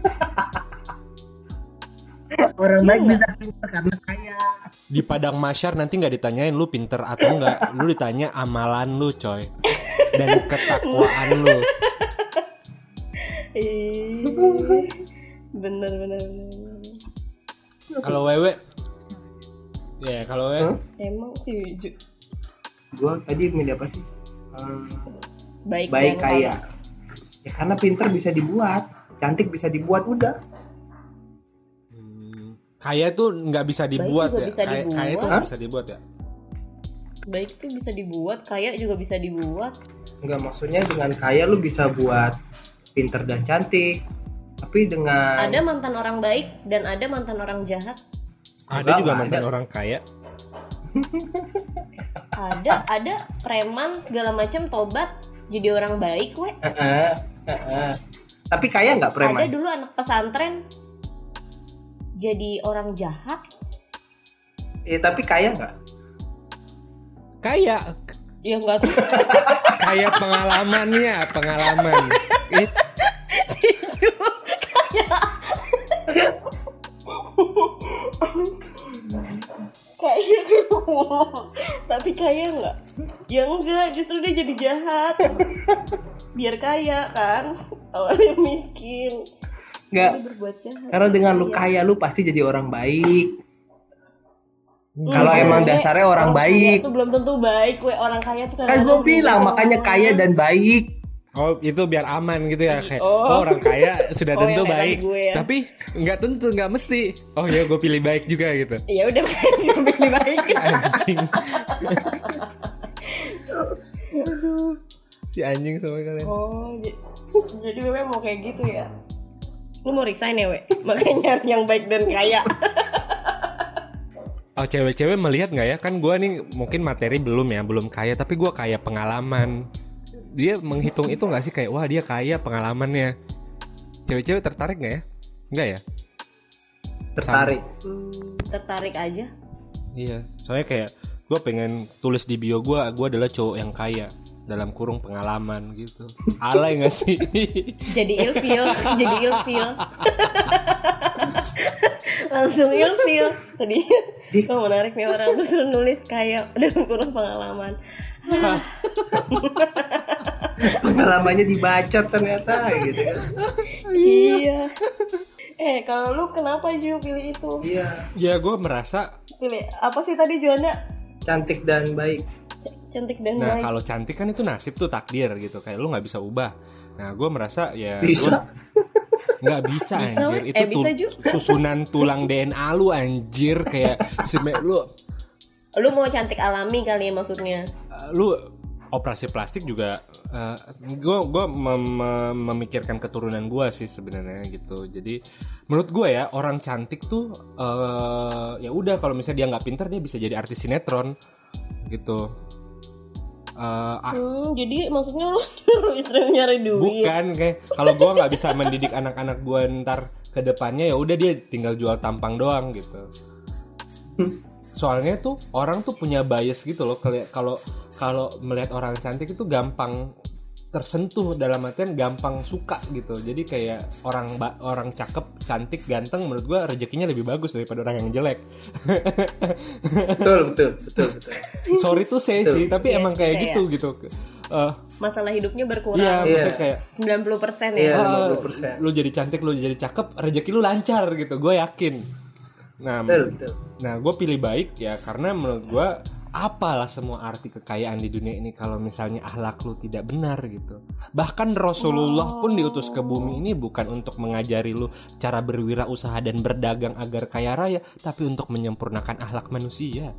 Orang
baik
bisa pinter karena kaya.
Di padang masyar nanti nggak ditanyain lu pinter atau enggak, lu ditanya amalan lu coy dan ketakwaan lu.
Ih, bener bener bener.
Kalau wewe, ya kalau wewe,
Huh?
Emang sih Ju-
Gua tadi milih apa sih? Hmm,
baik,
baik
dan
kaya. Ya karena pinter bisa dibuat, cantik bisa dibuat, udah.
Hmm, kaya tuh nggak bisa dibuat
juga
ya.
bisa
Kaya,
dibuat.
kaya tuh nggak bisa dibuat ya.
Baik tuh bisa dibuat, kaya juga bisa dibuat.
Enggak, maksudnya dengan kaya lu bisa buat pinter dan cantik. Tapi dengan
Ada mantan orang baik dan ada mantan orang jahat.
Ada
Enggak,
juga
ada.
mantan orang kaya.
Ada ada preman segala macam tobat jadi orang baik we.
Heeh, heeh. Tapi kaya nggak
Ada
preman?
dulu anak pesantren jadi orang jahat.
Eh tapi kaya nggak?
Kaya,
Ya enggak tuh.
kaya pengalamannya, pengalaman. Eh,
Si Ju kaya. Kaya tapi kaya nggak? Ya enggak, justru dia jadi jahat. Biar kaya kan, awalnya miskin.
Nggak.
Dia berbuat jahat.
Karena dengan lu
Iya.
kaya lu pasti jadi orang baik.
Hmm,
Kalau emang
we,
dasarnya orang
kaya
baik.
tuh belum tentu baik, we. Orang kaya tuh
Kan
kadang-kadang
gue bilang
belum
makanya
tentu.
kaya dan baik.
Oh itu biar aman gitu ya kayak
Oh.
oh, orang kaya sudah
Oh,
tentu
yang kayak
baik
tadi gue ya.
tapi nggak tentu nggak mesti oh ya gue pilih baik juga gitu
Ya udah gue pilih baik.
anjing si anjing sama kalian
Oh, j- jadi Wewe mau kayak gitu ya? Lu mau resign ya, We? Makanya nyari yang baik dan kaya.
oh cewek-cewek melihat nggak ya kan gue nih mungkin materi belum ya belum kaya tapi gue kaya pengalaman dia menghitung itu nggak sih kayak wah dia kaya pengalamannya cewek-cewek tertarik nggak ya nggak ya
Tertarik.
Hmm, tertarik aja.
iya soalnya kayak gue pengen tulis di bio gue gue adalah cowok yang kaya dalam kurung pengalaman gitu alay nggak sih
Jadi ilfil, jadi ilfil. Langsung ilfil. Tadi kok menarik nih orang terus lu nulis kaya dalam kurung pengalaman.
Pengalamannya dibacot ternyata gitu kan.
Iya. Eh, kalau lu kenapa Ju pilih itu?
Iya.
ya gue merasa
pilih apa sih tadi Juanda?
Cantik dan baik.
C- cantik dan
Nah
baik.
kalau cantik kan itu nasib tuh, takdir gitu, kayak lu nggak bisa ubah. Nah gue merasa ya
Bisa.
nggak bisa,
Bisa,
anjir.
weh.
Itu
Eh, bisa,
tuh
Ju.
susunan tulang D N A lu anjir, kayak seme- lu
Lu mau cantik alami kali ya maksudnya?
uh, lu operasi plastik juga. Gue uh, gue mem- mem- memikirkan keturunan gue sih sebenarnya gitu. Jadi menurut gue ya orang cantik tuh uh, ya udah, kalau misalnya dia nggak pintar dia bisa jadi artis sinetron gitu. Uh, ah,
Hmm, jadi maksudnya lu nyuruh istri nyari duit.
bukan, kayak kalau gue nggak bisa mendidik anak-anak gue ntar ke depannya, ya udah dia tinggal jual tampang doang gitu. Soalnya tuh orang tuh punya bias gitu loh, kali- kalau kalau melihat orang cantik itu gampang tersentuh, dalam artian gampang suka gitu. Jadi kayak orang ba- orang cakep, cantik, ganteng, menurut gue rezekinya lebih bagus daripada orang yang jelek.
Betul, betul, betul, betul.
Sorry tuh saya
Betul.
sih, tapi
Iya,
emang kayak
iya,
gitu gitu. Eh,
Masalah hidupnya
iya,
berkurang.
maksudnya
Iya.
kayak
sembilan puluh persen
Iya.
ya.
ah,
lima puluh persen.
lu jadi cantik, lu jadi cakep, rezeki lu lancar gitu, gue yakin. Nah,
Betul, betul.
nah gue pilih baik ya karena menurut gue apalah semua arti kekayaan di dunia ini kalau misalnya akhlak lu tidak benar gitu. Bahkan Rasulullah pun diutus ke bumi ini bukan untuk mengajari lu cara berwirausaha dan berdagang agar kaya raya, tapi untuk menyempurnakan akhlak manusia.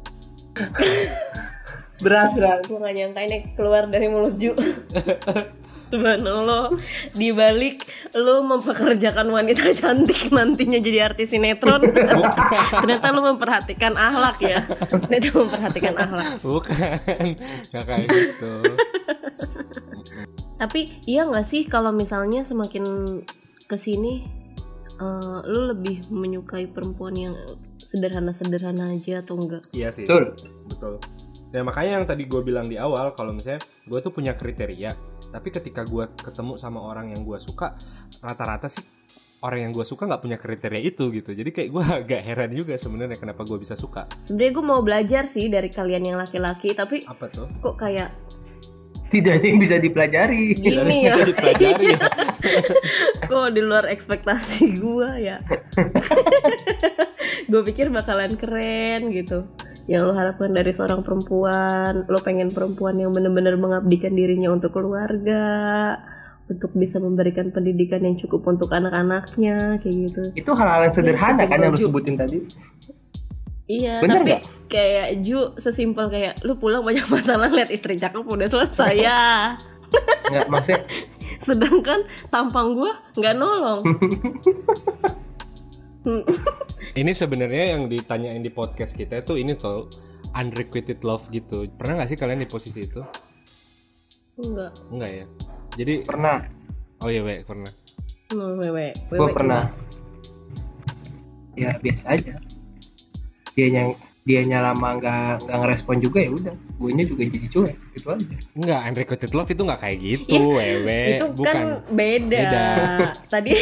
Berat, berat.
Gue gak nyangka ini keluar dari mulut Ju. Subhanallah, di balik lu mempekerjakan wanita cantik nantinya jadi artis sinetron, ternyata lu memperhatikan akhlak ya. Ternyata memperhatikan akhlak.
Bukan, nggak kayak gitu.
Tapi iya nggak sih kalau misalnya semakin kesini uh, lu lebih menyukai perempuan yang sederhana-sederhana aja atau enggak?
Iya sih.
Betul.
Betul. Ya makanya yang tadi gue bilang di awal, kalau misalnya gue tuh punya kriteria, tapi ketika gue ketemu sama orang yang gue suka, rata-rata sih orang yang gue suka nggak punya kriteria itu gitu. Jadi kayak gue agak heran juga sebenarnya kenapa gue bisa suka.
Sebenarnya gue mau belajar sih dari kalian yang laki-laki, tapi
Apa tuh?
kok kayak
Tidak ada yang bisa dipelajari.
gini ya.
Bisa dipelajari ya.
Kok di luar ekspektasi gue ya. Gue pikir bakalan keren gitu. Yang lo harapkan dari seorang perempuan, lo pengen perempuan yang benar-benar mengabdikan dirinya untuk keluarga, untuk bisa memberikan pendidikan yang cukup untuk anak-anaknya, kayak gitu.
Itu hal-hal yang sederhana
Iya,
kan yang lu
setuju.
sebutin tadi.
Iya,
Bener
tapi
nggak?
kayak Ju sesimpel kayak lu pulang banyak masalah lihat istri cakep udah selesai ya.
Enggak, maksudnya
Sedangkan tampang gua nggak nolong.
Ini sebenarnya yang ditanyain di podcast kita itu ini tuh unrequited love gitu. Pernah nggak sih kalian di posisi itu?
Enggak.
Enggak ya. Jadi
pernah.
oh iya we pernah.
Hmm, wewe.
Gue pernah. Ya biasa aja. Dia yang dia lama nggak nggak ngerespon juga, ya udah, guenya juga jadi cuek gitu aja.
Enggak, unrequited love itu nggak kayak gitu,
Ya,
wewe.
itu
Bukan.
kan beda.
Beda.
Tadi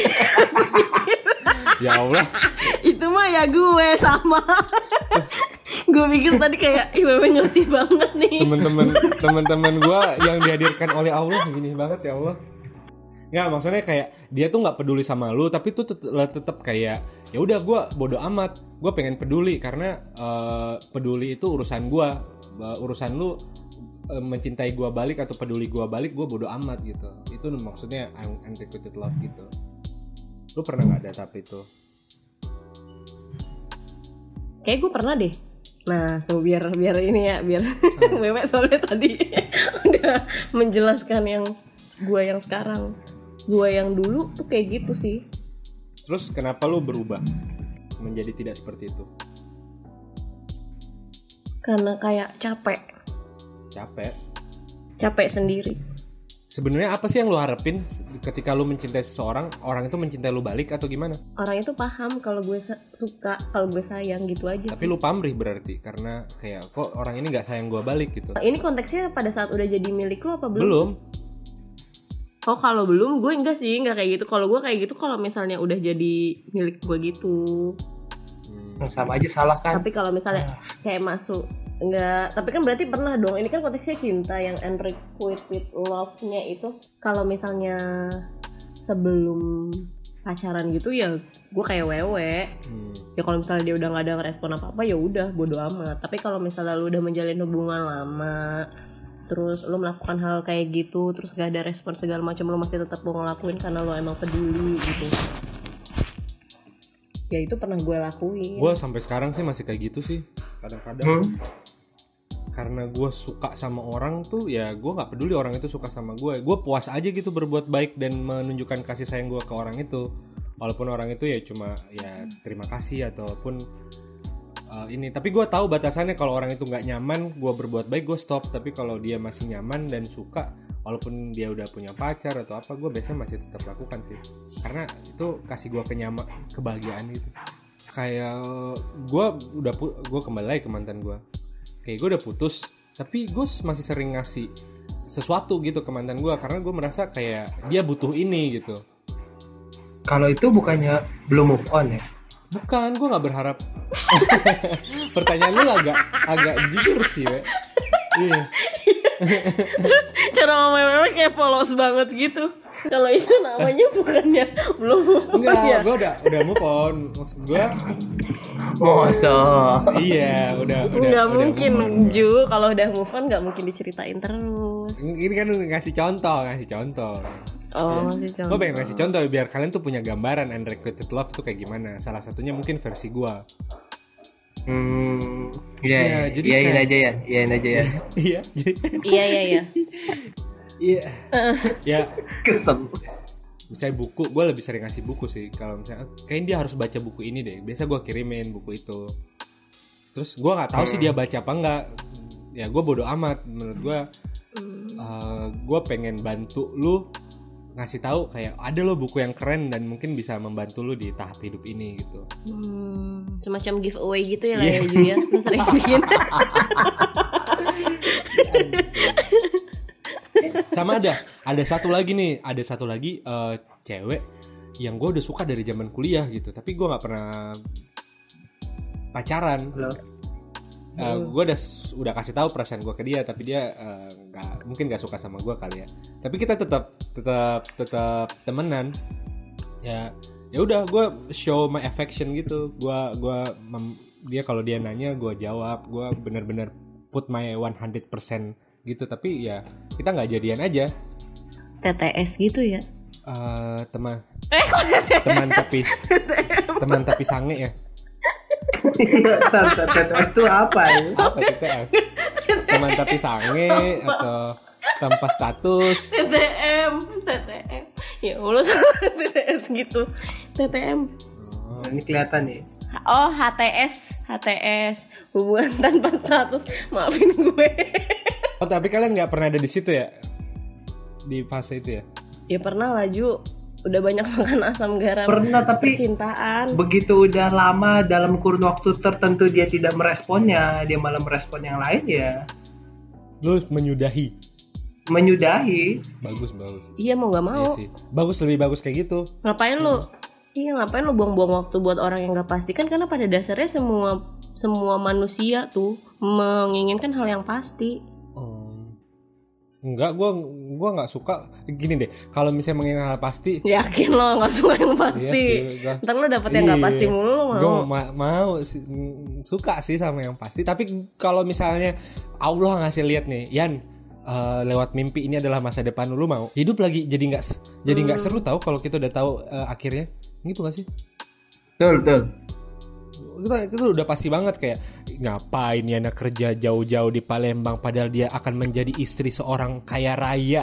Ya Allah.
itu mah ya gue sama. Gue pikir tadi kayak ih wewe ngerti banget nih.
Temen-temen temen-temen gue yang dihadirkan oleh Allah gini banget ya Allah. Ya maksudnya kayak dia tuh nggak peduli sama lu, tapi tuh tetep, tetep kayak ya udah gue bodo amat, gue pengen peduli karena uh, peduli itu urusan gue, uh, urusan lu uh, mencintai gue balik atau peduli gue balik, gue bodo amat gitu. Itu maksudnya unrequited love gitu. Lu pernah nggak ada tapi itu?
Kayak gue pernah deh. Nah, tuh biar biar ini ya, biar wewe soalnya tadi udah menjelaskan yang gue yang sekarang. Gue yang dulu tuh kayak gitu sih.
Terus kenapa lu berubah menjadi tidak seperti itu?
Karena kayak capek.
Capek.
Capek sendiri.
Sebenarnya apa sih yang lu harapin ketika lu mencintai seseorang, orang itu mencintai lu balik atau gimana?
Orang itu paham kalau gue sa- suka, kalau gue sayang gitu aja.
Tapi lu pamrih berarti karena kayak kok orang ini nggak sayang gua balik gitu.
Ini konteksnya pada saat udah jadi milik lu apa belum?
Belum.
Oh kalau belum gue enggak sih, enggak kayak gitu. Kalau gue kayak gitu kalau misalnya udah jadi milik gue gitu.
Hmm.
Sama aja salah kan.
Tapi kalau misalnya kayak masuk enggak, tapi kan berarti pernah dong. Ini kan konteksnya cinta yang unrequited love-nya itu. Kalau misalnya sebelum pacaran gitu ya gue kayak wewe. Hmm. Ya kalau misalnya dia udah nggak ada ngerespon apa-apa ya udah bodo amat. Tapi kalau misalnya lu udah menjalin hubungan lama, terus lu melakukan hal kayak gitu, terus gak ada respon segala macam, lu masih tetap mau ngelakuin karena lu emang peduli gitu. Ya itu pernah gue lakuin.
Gue sampai sekarang sih masih kayak gitu sih kadang-kadang. Hmm. Karena gue suka sama orang tuh ya gue nggak peduli orang itu suka sama gue, gue puas aja gitu berbuat baik dan menunjukkan kasih sayang gue ke orang itu, walaupun orang itu ya cuma ya terima kasih ataupun uh, ini. Tapi gue tahu batasannya, kalau orang itu nggak nyaman gue berbuat baik gue stop. Tapi kalau dia masih nyaman dan suka, walaupun dia udah punya pacar atau apa, gue biasanya masih tetap lakukan sih, karena itu kasih gue kenyama kebahagiaan gitu. Kayak gue udah pu- gue kembali lagi ke mantan gue. Kayak gue udah putus, tapi gue masih sering ngasih sesuatu gitu ke mantan gue karena gue merasa kayak dia butuh ini gitu.
Kalau itu bukannya belum move on ya?
Bukan, gue nggak berharap. Pertanyaan lu agak agak jujur sih, we. Iya.
Terus cara ngomong-ngomong kayak polos banget gitu. Kalau itu namanya bukannya belum move on.
Enggak,
ya?
gue udah udah move on. Maksud gue
masa
iya udah udah
nggak
udah
mungkin Ju, kalau udah move on nggak mungkin diceritain terus.
Ini kan ngasih contoh ngasih contoh
oh ya. Ngasih contoh.
Gue pengen ngasih contoh biar kalian tuh punya gambaran unrequited love tuh kayak gimana. Salah satunya mungkin versi gue.
Hmm, iya,
ya, jadi
iyain
kayak...
aja ya, iyain aja ya.
Iya, iya, iya.
Iya, ya.
Kesem.
Misalnya buku, gue lebih sering ngasih buku sih. Kalau misalnya, kayaknya dia harus baca buku ini deh. Biasa gue kirimin buku itu. Terus gue nggak tahu hmm. sih dia baca apa enggak. Ya gue bodo amat. Menurut gue, uh, gue pengen bantu lu ngasih tahu kayak ada lo buku yang keren dan mungkin bisa membantu lu di tahap hidup ini gitu.
Hmm, semacam giveaway gitu ya lah yeah. ya Julia. Lu sering bikin.
Sama ada, ada satu lagi nih, ada satu lagi uh, cewek yang gue udah suka dari zaman kuliah gitu, tapi gue nggak pernah pacaran. Uh, gue udah udah kasih tahu perasaan gue ke dia, tapi dia nggak uh, mungkin nggak suka sama gue kali ya. Tapi kita tetap tetap tetap temenan. Ya ya udah gue show my affection gitu. Gue gue dia kalau dia nanya gue jawab. Gue benar-benar put my one hundred percent gitu. Tapi ya kita nggak jadian aja.
T T S gitu ya?
Uh, teman teman tapi teman tapi sange ya.
T T S itu apa ya?
Apa T T S? Teman tapi sange atau tanpa status?
T T M, T T M. Ya Allah sama T T S gitu. T T M.
Oh, ini kelihatan nih.
Oh, H T S, H T S, hubungan tanpa status. Maafin gue.
Oh, tapi kalian nggak pernah ada di situ ya? Di fase itu ya?
Ya pernah lah Ju. Udah banyak makan asam garam.
Pernah, tapi
percintaan.
Begitu udah lama dalam kurun waktu tertentu dia tidak meresponnya, dia malah merespon yang lain ya.
Lu menyudahi.
Menyudahi.
Bagus bagus.
Iya mau nggak mau.
Iya sih. Bagus, lebih bagus kayak gitu.
Ngapain hmm. lu? Iya ngapain lu buang-buang waktu buat orang yang nggak pasti, kan karena pada dasarnya semua semua manusia tuh menginginkan hal yang pasti.
Enggak, gue gue nggak suka gini deh. Kalau misalnya mengingat hal pasti,
yakin lo nggak suka yang pasti. Iya sih, ntar lo dapet yang nggak pasti mulu lo mau.
Gue ma- mau suka sih sama yang pasti. Tapi kalau misalnya Allah ngasih lihat nih, Yan, uh, lewat mimpi ini adalah masa depan lu, mau hidup lagi jadi nggak jadi nggak hmm. seru tahu kalau kita udah tahu uh, akhirnya, gitu nggak sih?
Betul betul.
Kita itu udah pasti banget kayak ngapain ya anak kerja jauh-jauh di Palembang padahal dia akan menjadi istri seorang kaya raya.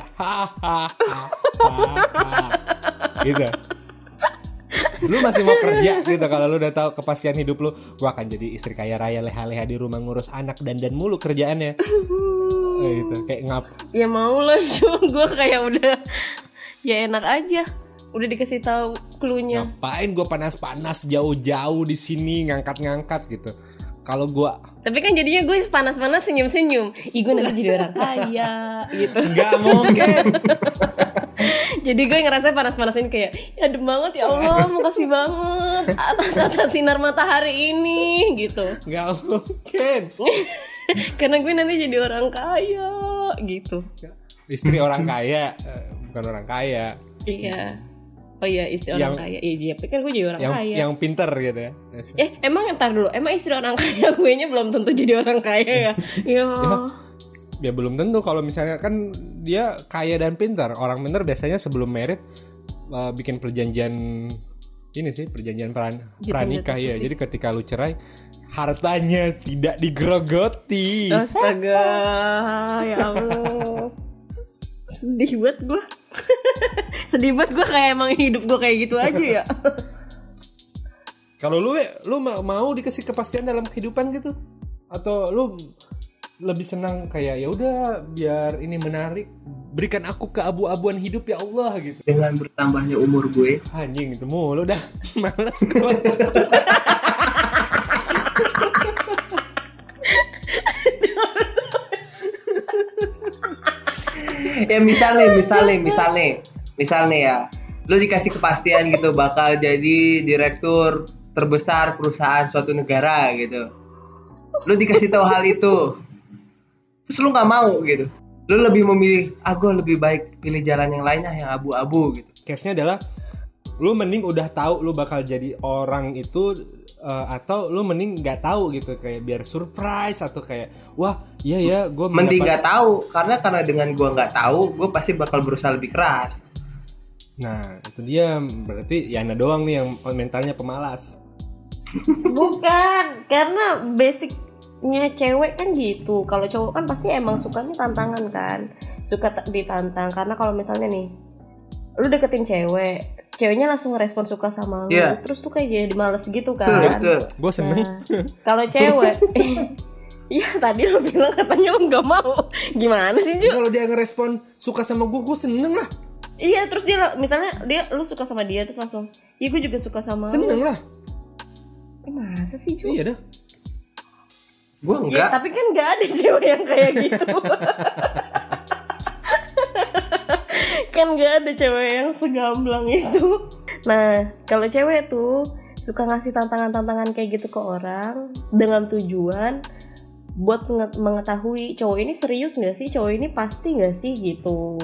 Gitu. Lu masih mau kerja gitu kalau lu udah tahu kepastian hidup lu, gua akan jadi istri kaya raya leha-leha di rumah ngurus anak dan dan mulu kerjaannya. Gitu, kayak ngap.
Ya mau lah, gua kayak udah ya enak aja. Udah dikasih tahu cluenya.
Ngapain gue panas-panas jauh-jauh di sini ngangkat-ngangkat gitu. Kalau gue,
tapi kan jadinya gue panas-panas senyum-senyum. Ih gue nanti jadi orang kaya gitu.
Nggak mungkin.
Jadi gue ngerasa panas-panasin kayak ya adem banget ya Allah, makasih banget atas atas sinar matahari ini gitu.
Nggak mungkin.
Karena gue nanti jadi orang kaya gitu.
Istri orang kaya, bukan orang kaya.
Iya. Oh iya, istri orang
Yang-
kaya. Iya, kan gue jadi orang
yang
kaya.
yang pinter gitu ya.
Eh, emang ntar dulu. Emang istri orang kaya gue nya belum tentu jadi orang kaya ya. Iya.
Ya belum tentu, kalau misalnya kan dia kaya dan pintar. Orang pintar biasanya sebelum merit uh, bikin perjanjian ini sih, perjanjian peran,
Gitu,
pranikah
gitu.
ya. Jadi ketika lu cerai, hartanya tidak digerogoti.
Astaga, ya Allah. Sedih banget gue. Sedih banget gue, kayak emang hidup gue kayak gitu aja ya.
Kalau lu, We, lu ma- mau dikasih kepastian dalam kehidupan gitu? Atau lu lebih senang kayak ya udah biar ini menarik, berikan aku keabu-abuan hidup ya Allah gitu.
Dengan bertambahnya umur gue,
Anjing itu mulu dah. Males gue.
ya misalnya misalnya misalnya misalnya ya, lu dikasih kepastian gitu bakal jadi direktur terbesar perusahaan suatu negara gitu, lu dikasih tahu hal itu terus lu nggak mau gitu, lu lebih memilih ah gue lebih baik pilih jalan yang lain ah yang abu-abu gitu.
Case-nya adalah lu mending udah tahu lu bakal jadi orang itu, uh, atau lu mending nggak tahu gitu, kayak biar surprise, atau kayak wah iya ya gue
Mending nggak tahu, karena karena dengan gue nggak tahu gue pasti bakal berusaha lebih keras.
Nah itu dia, berarti Yana doang nih yang mentalnya pemalas.
Bukan, karena basicnya cewek kan gitu. Kalau cowok kan pasti emang sukanya tantangan kan, suka t- ditantang. Karena kalau misalnya nih, lu deketin cewek, ceweknya langsung ngerespon suka sama lu,
Iya.
terus tuh kayak jadi males gitu
Betul,
kan.
betul.
Gue seneng.
Nah, kalau cewek, iya tadi lu bilang katanya lu nggak mau, gimana sih Ju?
Kalau dia ngerespon suka sama gue, gue seneng lah.
Iya, terus dia misalnya dia lu suka sama dia terus langsung, iya gue juga suka sama lu.
Seneng lah.
Eh, masa sih Ju?
Iya dah.
Gue
Ya,
enggak.
tapi kan nggak ada cewek yang kayak gitu. Kan nggak ada cewek yang segamblang itu. Nah, kalau cewek tuh suka ngasih tantangan-tantangan kayak gitu ke orang dengan tujuan buat nge- mengetahui cowok ini serius nggak sih, cowok ini pasti nggak sih gitu.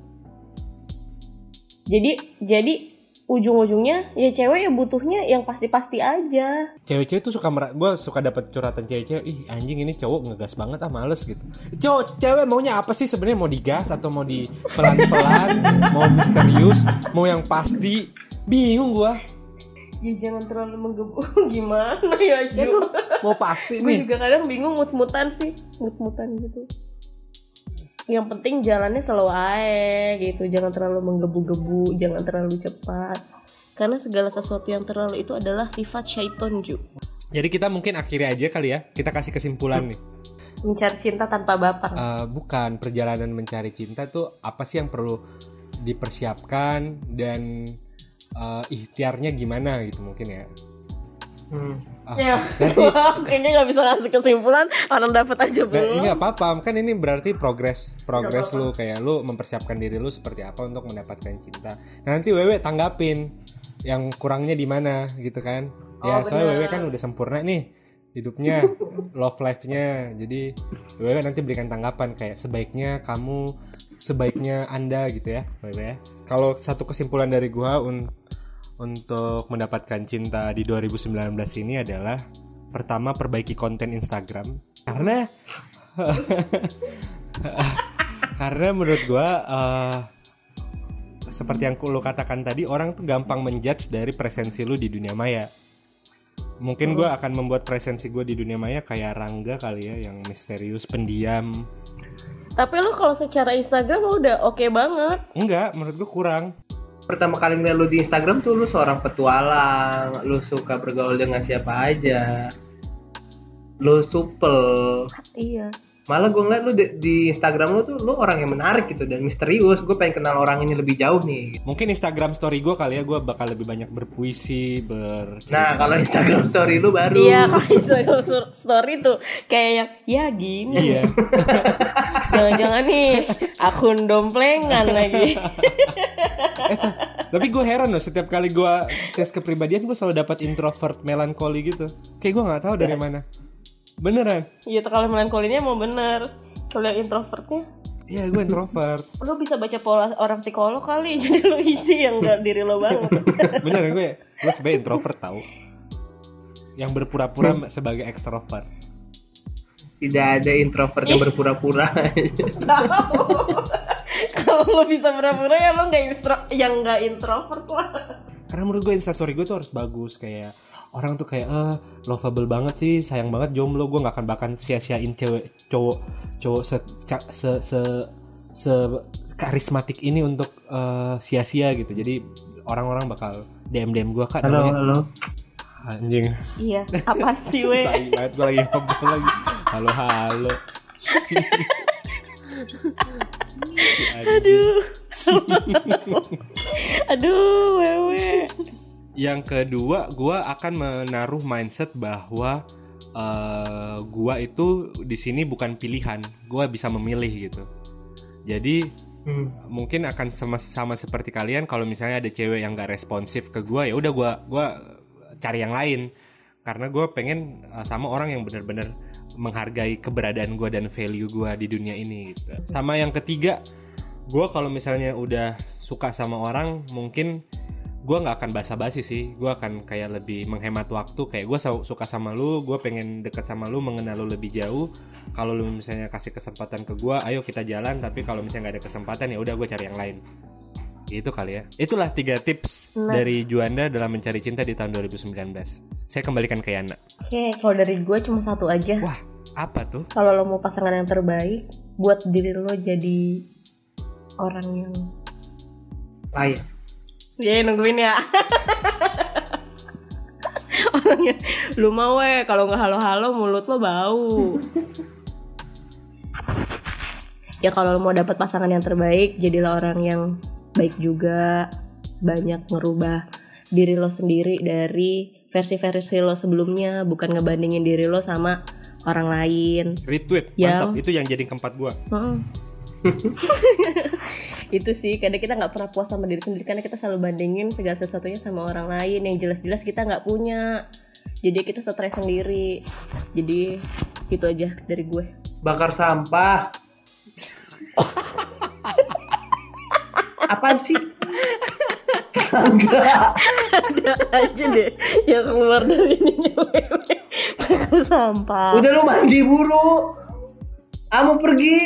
Jadi, jadi ujung-ujungnya ya cewek ya butuhnya yang pasti-pasti aja.
Cewek-cewek tuh suka mer- gue suka dapat curhatan cewek-cewek, ih anjing ini cowok ngegas banget ah, males gitu. Cowok cewek maunya apa sih sebenarnya, mau digas atau mau di pelan-pelan, mau misterius, mau yang pasti, bingung gue.
Ya jangan terlalu menggebu. Gimana ya
Ya
Ju?
lu mau pasti
Gue
nih.
juga kadang bingung mut-mutan sih, mut-mutan gitu. Yang penting jalannya slow aja gitu, jangan terlalu menggebu-gebu, jangan terlalu cepat. Karena segala sesuatu yang terlalu itu adalah sifat syaiton Ju.
Jadi kita mungkin akhiri aja kali ya, kita kasih kesimpulan nih.
Mencari cinta tanpa baper.
Uh, bukan, perjalanan mencari cinta tuh apa sih yang perlu dipersiapkan dan uh, ikhtiarnya gimana gitu mungkin ya.
Hmm.
Ah,
Ya,
nanti
kayaknya nggak bisa ngasih kesimpulan, orang dapat aja
Nah,
belum.
ini nggak apa-apa, kan ini berarti progres progres lu, kayak lu mempersiapkan diri lu seperti apa untuk mendapatkan cinta. Nah, nanti Wewe tanggapin yang kurangnya di mana gitu kan. Ya,
Oh,
soalnya
bener.
Wewe kan udah sempurna nih hidupnya, love life-nya. Jadi Wewe nanti berikan tanggapan kayak sebaiknya kamu, sebaiknya Anda gitu ya, Wewe. Kalau satu kesimpulan dari gua un- untuk mendapatkan cinta di dua ribu sembilan belas ini adalah pertama, perbaiki konten Instagram karena karena menurut gue uh, seperti yang lu katakan tadi, orang tuh gampang menjudge dari presensi lu di dunia maya. Mungkin gue akan membuat presensi gue di dunia maya kayak Rangga kali ya, yang misterius, pendiam.
Tapi lu kalau secara Instagram lu udah oke banget.
Enggak, menurut gue kurang.
Pertama kali ngeliat lu di Instagram tuh lu seorang petualang, lu suka bergaul dengan siapa aja, lu supel.
Iya.
Malah gue ngeliat lu di, di Instagram lu tuh lu orang yang menarik gitu dan misterius. Gue pengen kenal orang ini lebih jauh nih.
Mungkin Instagram story gue kali ya, gue bakal lebih banyak berpuisi, bercerita.
Nah kalau Instagram story lu baru.
Iya, kalau Instagram sur- story tuh kayak yang ya gini.
Iya.
Jangan-jangan nih akun domplengan lagi.
Eh, ta- tapi gue heran loh, setiap kali gue tes kepribadian gue selalu dapat introvert melankoli gitu. Kayak gue nggak tahu dari mana. Beneran.
Iya, tuh kalau melankolinya mau bener. Kalau yang introvertnya
Iya, gue introvert.
Lu bisa baca pola orang psikolog kali, jadi lu isi yang gak diri lo banget.
Bener gue, gue sebagai introvert tahu. Yang berpura-pura hmm. sebagai ekstrovert.
Tidak ada introvert yang berpura-pura.
Kalau lo bisa pura-pura ya lo nggak intro, yang nggak introvert lah.
Karena menurut gue instastory gue tuh harus bagus, kayak orang tuh kayak eh lovable banget sih, sayang banget jomblo, gue nggak akan bahkan sia-siain cewek cowok cowok se se se, se karismatik ini untuk uh, sia-sia gitu. Jadi orang-orang bakal D M D M gue kak.
Halo
namanya,
halo.
Anjing.
Iya, apa sih we?
Tai banget gue lagi ngobrol lagi. Halo halo. Si
Aduh. Aduh, wewe.
Yang kedua, gue akan menaruh mindset bahwa uh, gue itu di sini bukan pilihan, gue bisa memilih gitu. Jadi hmm. mungkin akan sama sama seperti kalian, kalau misalnya ada cewek yang gak responsif ke gue, ya udah gue gue cari yang lain. Karena gue pengen uh, sama orang yang benar-benar menghargai keberadaan gue dan value gue di dunia ini gitu. Sama yang ketiga, gue kalau misalnya udah suka sama orang, mungkin gue nggak akan basa-basi sih. Gue akan kayak lebih menghemat waktu. Kayak gue suka sama lu, gue pengen deket sama lu, mengenal lu lebih jauh. Kalau lu misalnya kasih kesempatan ke gue, ayo kita jalan. Tapi kalau misalnya nggak ada kesempatan, ya udah gue cari yang lain. Itu kali ya. Itulah tiga tips nah. dari Juanda dalam mencari cinta di tahun dua ribu sembilan belas. Saya kembalikan ke Yana.
Oke, kalau dari gue cuma satu aja.
Wah, apa tuh?
Kalau lo mau pasangan yang terbaik, buat diri lo jadi orang yang
layak.
Ya nungguin ya. Orangnya lu mau we, kalau nggak halo-halo mulut lo bau. Ya kalau lo mau dapat pasangan yang terbaik, jadilah orang yang baik juga, banyak merubah diri lo sendiri dari versi-versi lo sebelumnya, bukan ngebandingin diri lo sama orang lain.
Retweet,
yang...
mantap. Itu yang jadi keempat gua.
Uh-uh. Itu sih, kadang kita nggak pernah puas sama diri sendiri karena kita selalu bandingin segala sesuatunya sama orang lain yang jelas-jelas kita nggak punya. Jadi kita stres sendiri. Jadi itu aja dari gue.
Bakar sampah. Apaan sih? Enggak.
Ada aja deh yang keluar dari ininya wewe. Bakar sampah.
Udah lu mandi buru. Kamu pergi.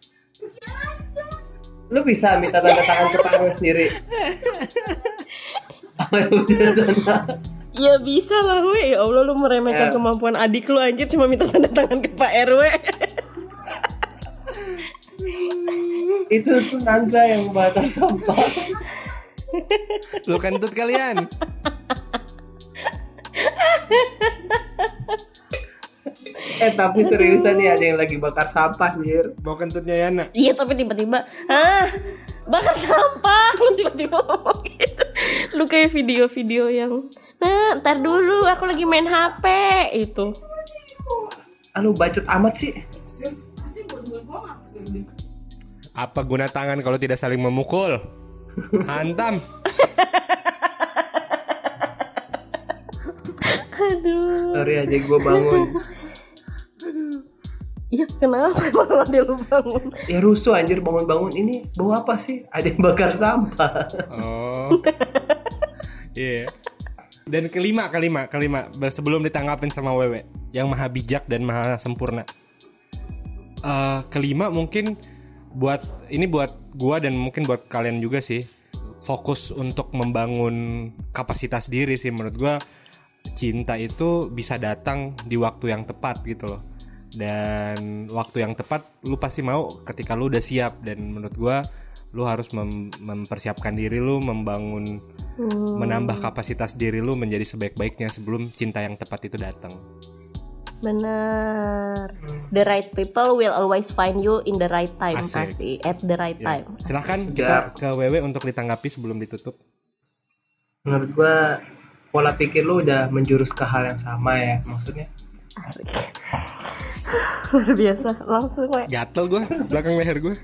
Lu bisa minta tanda tangan ke Pak R W sendiri.
Ya bisa lah we. Ya Allah, lu meremehkan ya. Kemampuan adik lu anjir, cuma minta tanda tangan ke Pak R W.
Itu tuh Nandra yang bakar sampah.
Lu kentut kalian.
Eh tapi seriusan nih, ada yang lagi bakar sampah Jir.
Bawa kentutnya Yana.
Iya tapi tiba-tiba ah bakar sampah. Lu tiba-tiba ngomong gitu. Lu kayak video-video yang nah ntar dulu aku lagi main H P itu.
Anu bacot amat sih.
Apa guna tangan kalau tidak saling memukul? Hantam.
Aduh.
Sorry aja gue bangun.
Iya kenapa emang lo dia lu bangun?
Ya rusuh anjir, bangun-bangun ini bau apa sih? Ada yang bakar sampah.
Oh. Iya. Yeah. Dan kelima, kelima, kelima sebelum ditanggapin sama Wewe yang maha bijak dan maha sempurna. Uh, kelima mungkin buat ini buat gua dan mungkin buat kalian juga sih, fokus untuk membangun kapasitas diri sih. Menurut gua cinta itu bisa datang di waktu yang tepat gitu loh. Dan waktu yang tepat lu pasti mau ketika lu udah siap. Dan menurut gua lu harus mem- mempersiapkan diri lu, membangun hmm. menambah kapasitas diri lu menjadi sebaik-baiknya sebelum cinta yang tepat itu datang.
Benar. The right people will always find you in the right time.
Asik.
Pasti at the right
ya.
time.
Silahkan kita ke Wewe untuk ditanggapi sebelum ditutup.
Menurut gua pola pikir lu udah menjurus ke hal yang sama ya, maksudnya.
Asik. Luar biasa, langsung we.
Gatel gue, belakang leher gue.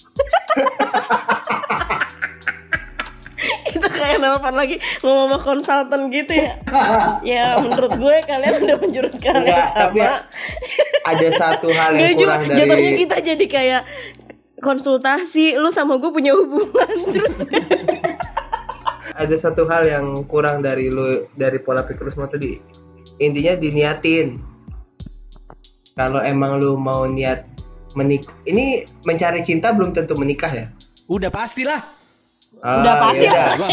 Itu kayak nelfon lagi ngomong sama konsultan gitu ya. Ya menurut gue kalian udah menjurus ke hal yang sama.
Ada satu hal yang
Gak
kurang
juga,
dari.
jatuhnya kita jadi kayak konsultasi, lu sama gue punya hubungan. Terus
Ada satu hal yang kurang dari lu, dari pola pikir lu semua tadi. Intinya diniatin. Kalau emang lu mau niat menik, ini mencari cinta belum tentu menikah ya.
Udah pastilah.
Ah,
Udah pasti
yaudah.
lah.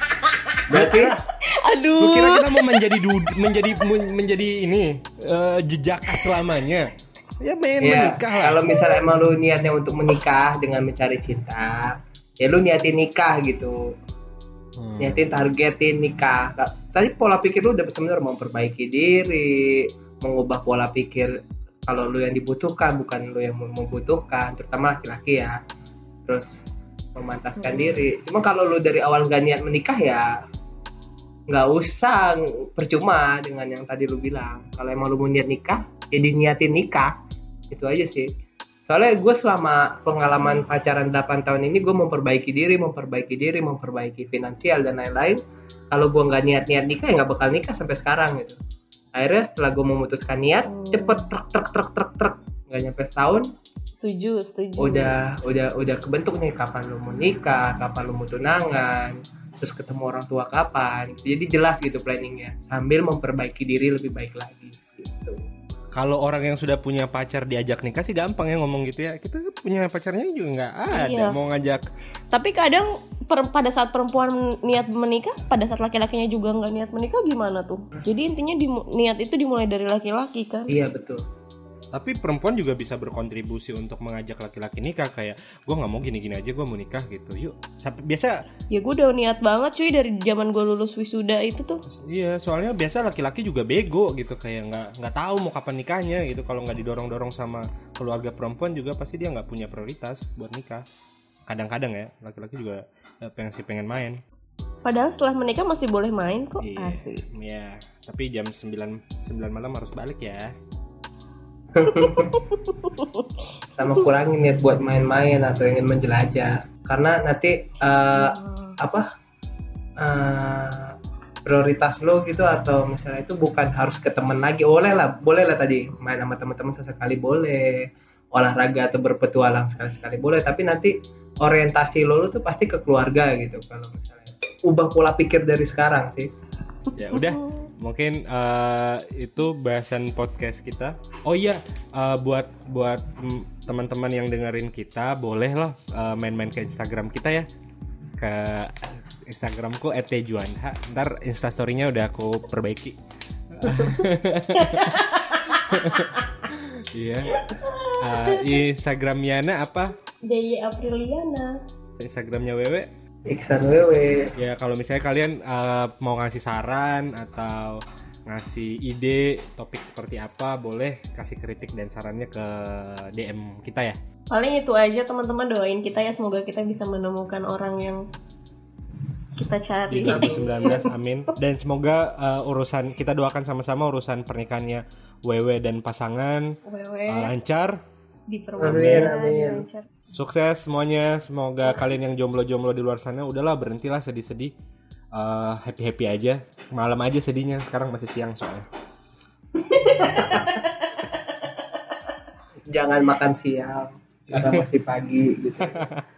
Lu kira,
Aduh.
lu kira kita mau menjadi dud- menjadi menjadi ini eh, jejaka selamanya? Ya main
Iya,
menikah lah.
kalau misalnya emang lu niatnya untuk menikah dengan mencari cinta, ya lu niatin nikah gitu.
Hmm.
Niatin targetin nikah. Tadi pola pikir lu udah benar-benar memperbaiki diri, mengubah pola pikir kalau lu yang dibutuhkan bukan lu yang membutuhkan, terutama laki-laki ya. Terus memantaskan
Hmm.
diri. Cuma kalau lu dari awal gak niat menikah ya nggak usah, percuma dengan yang tadi lu bilang. Kalau emang lu mau niat nikah, ya diniatin nikah. Itu aja sih. Soalnya gue selama pengalaman pacaran delapan tahun ini gue memperbaiki diri, memperbaiki diri, memperbaiki finansial dan lain-lain. Kalau gue nggak niat-niat nikah ya nggak bakal nikah sampai sekarang gitu. Akhirnya setelah gue memutuskan niat,
Hmm.
cepet truk truk truk truk truk nggak nyampe setahun,
Setuju, setuju.
udah udah udah kebentuk nih kapan lu mau nikah, kapan lu mau tunangan, terus ketemu orang tua kapan. Jadi jelas gitu planningnya, sambil memperbaiki diri lebih baik lagi gitu.
Kalau orang yang sudah punya pacar diajak nikah sih gampang ya ngomong gitu ya. Kita punya pacarnya juga nggak ada
Iya.
mau ngajak.
Tapi kadang per- pada saat perempuan niat menikah, pada saat laki-lakinya juga nggak niat menikah gimana tuh? Jadi intinya dimu- niat itu dimulai dari laki-laki kan?
Iya betul.
Tapi perempuan juga bisa berkontribusi untuk mengajak laki-laki nikah, kayak gue nggak mau gini-gini aja, gue mau nikah gitu. Yuk. Sampai biasa
Ya gue udah niat banget cuy dari zaman gue lulus wisuda itu tuh.
iya, soalnya biasa laki-laki juga bego gitu, kayak nggak nggak tahu mau kapan nikahnya gitu. Kalau nggak didorong-dorong sama keluarga perempuan juga pasti dia nggak punya prioritas buat nikah. Kadang-kadang ya laki-laki juga eh, pengen sih pengen main.
Padahal setelah menikah masih boleh main kok.
Iya.
Asik.
Iya, tapi jam sembilan sembilan malam harus balik ya.
Sama kurangin niat buat main-main atau ingin menjelajah, karena nanti uh, apa uh, prioritas lo gitu, atau misalnya itu bukan harus ke temen lagi. Boleh lah, boleh lah tadi main sama teman-teman sesekali boleh, olahraga atau berpetualang sekali-sekali boleh, tapi nanti orientasi lo, lo tuh pasti ke keluarga gitu. Kalau misalnya ubah pola pikir dari sekarang sih.
Ya udah, mungkin uh, itu bahasan podcast kita. Oh iya, uh, buat buat mm, teman-teman yang dengerin kita, boleh lah uh, main-main ke Instagram kita ya, ke Instagramku et juanha. Ntar instastorynya udah aku perbaiki. Iya. uh, Instagram Yana apa?
D Y Apriliana.
Instagramnya Wewe.
Iksan Wewe.
Ya kalau misalnya kalian uh, mau ngasih saran atau ngasih ide topik seperti apa, boleh kasih kritik dan sarannya ke D M kita ya.
Paling itu aja teman-teman, doain kita ya semoga kita bisa menemukan orang yang kita cari.
Di dua ribu sembilan belas, amin. Dan semoga uh, urusan, kita doakan sama-sama urusan pernikahannya Wewe dan pasangan
Wewe
uh, lancar.
dipermudah,
Amin, amin.
dilancar.
Sukses semuanya. Semoga kalian yang jomblo-jomblo di luar sana udahlah berhentilah sedih-sedih. Uh, happy-happy aja. Malam aja sedihnya. Sekarang masih siang soalnya.
Jangan makan siang karena masih pagi gitu.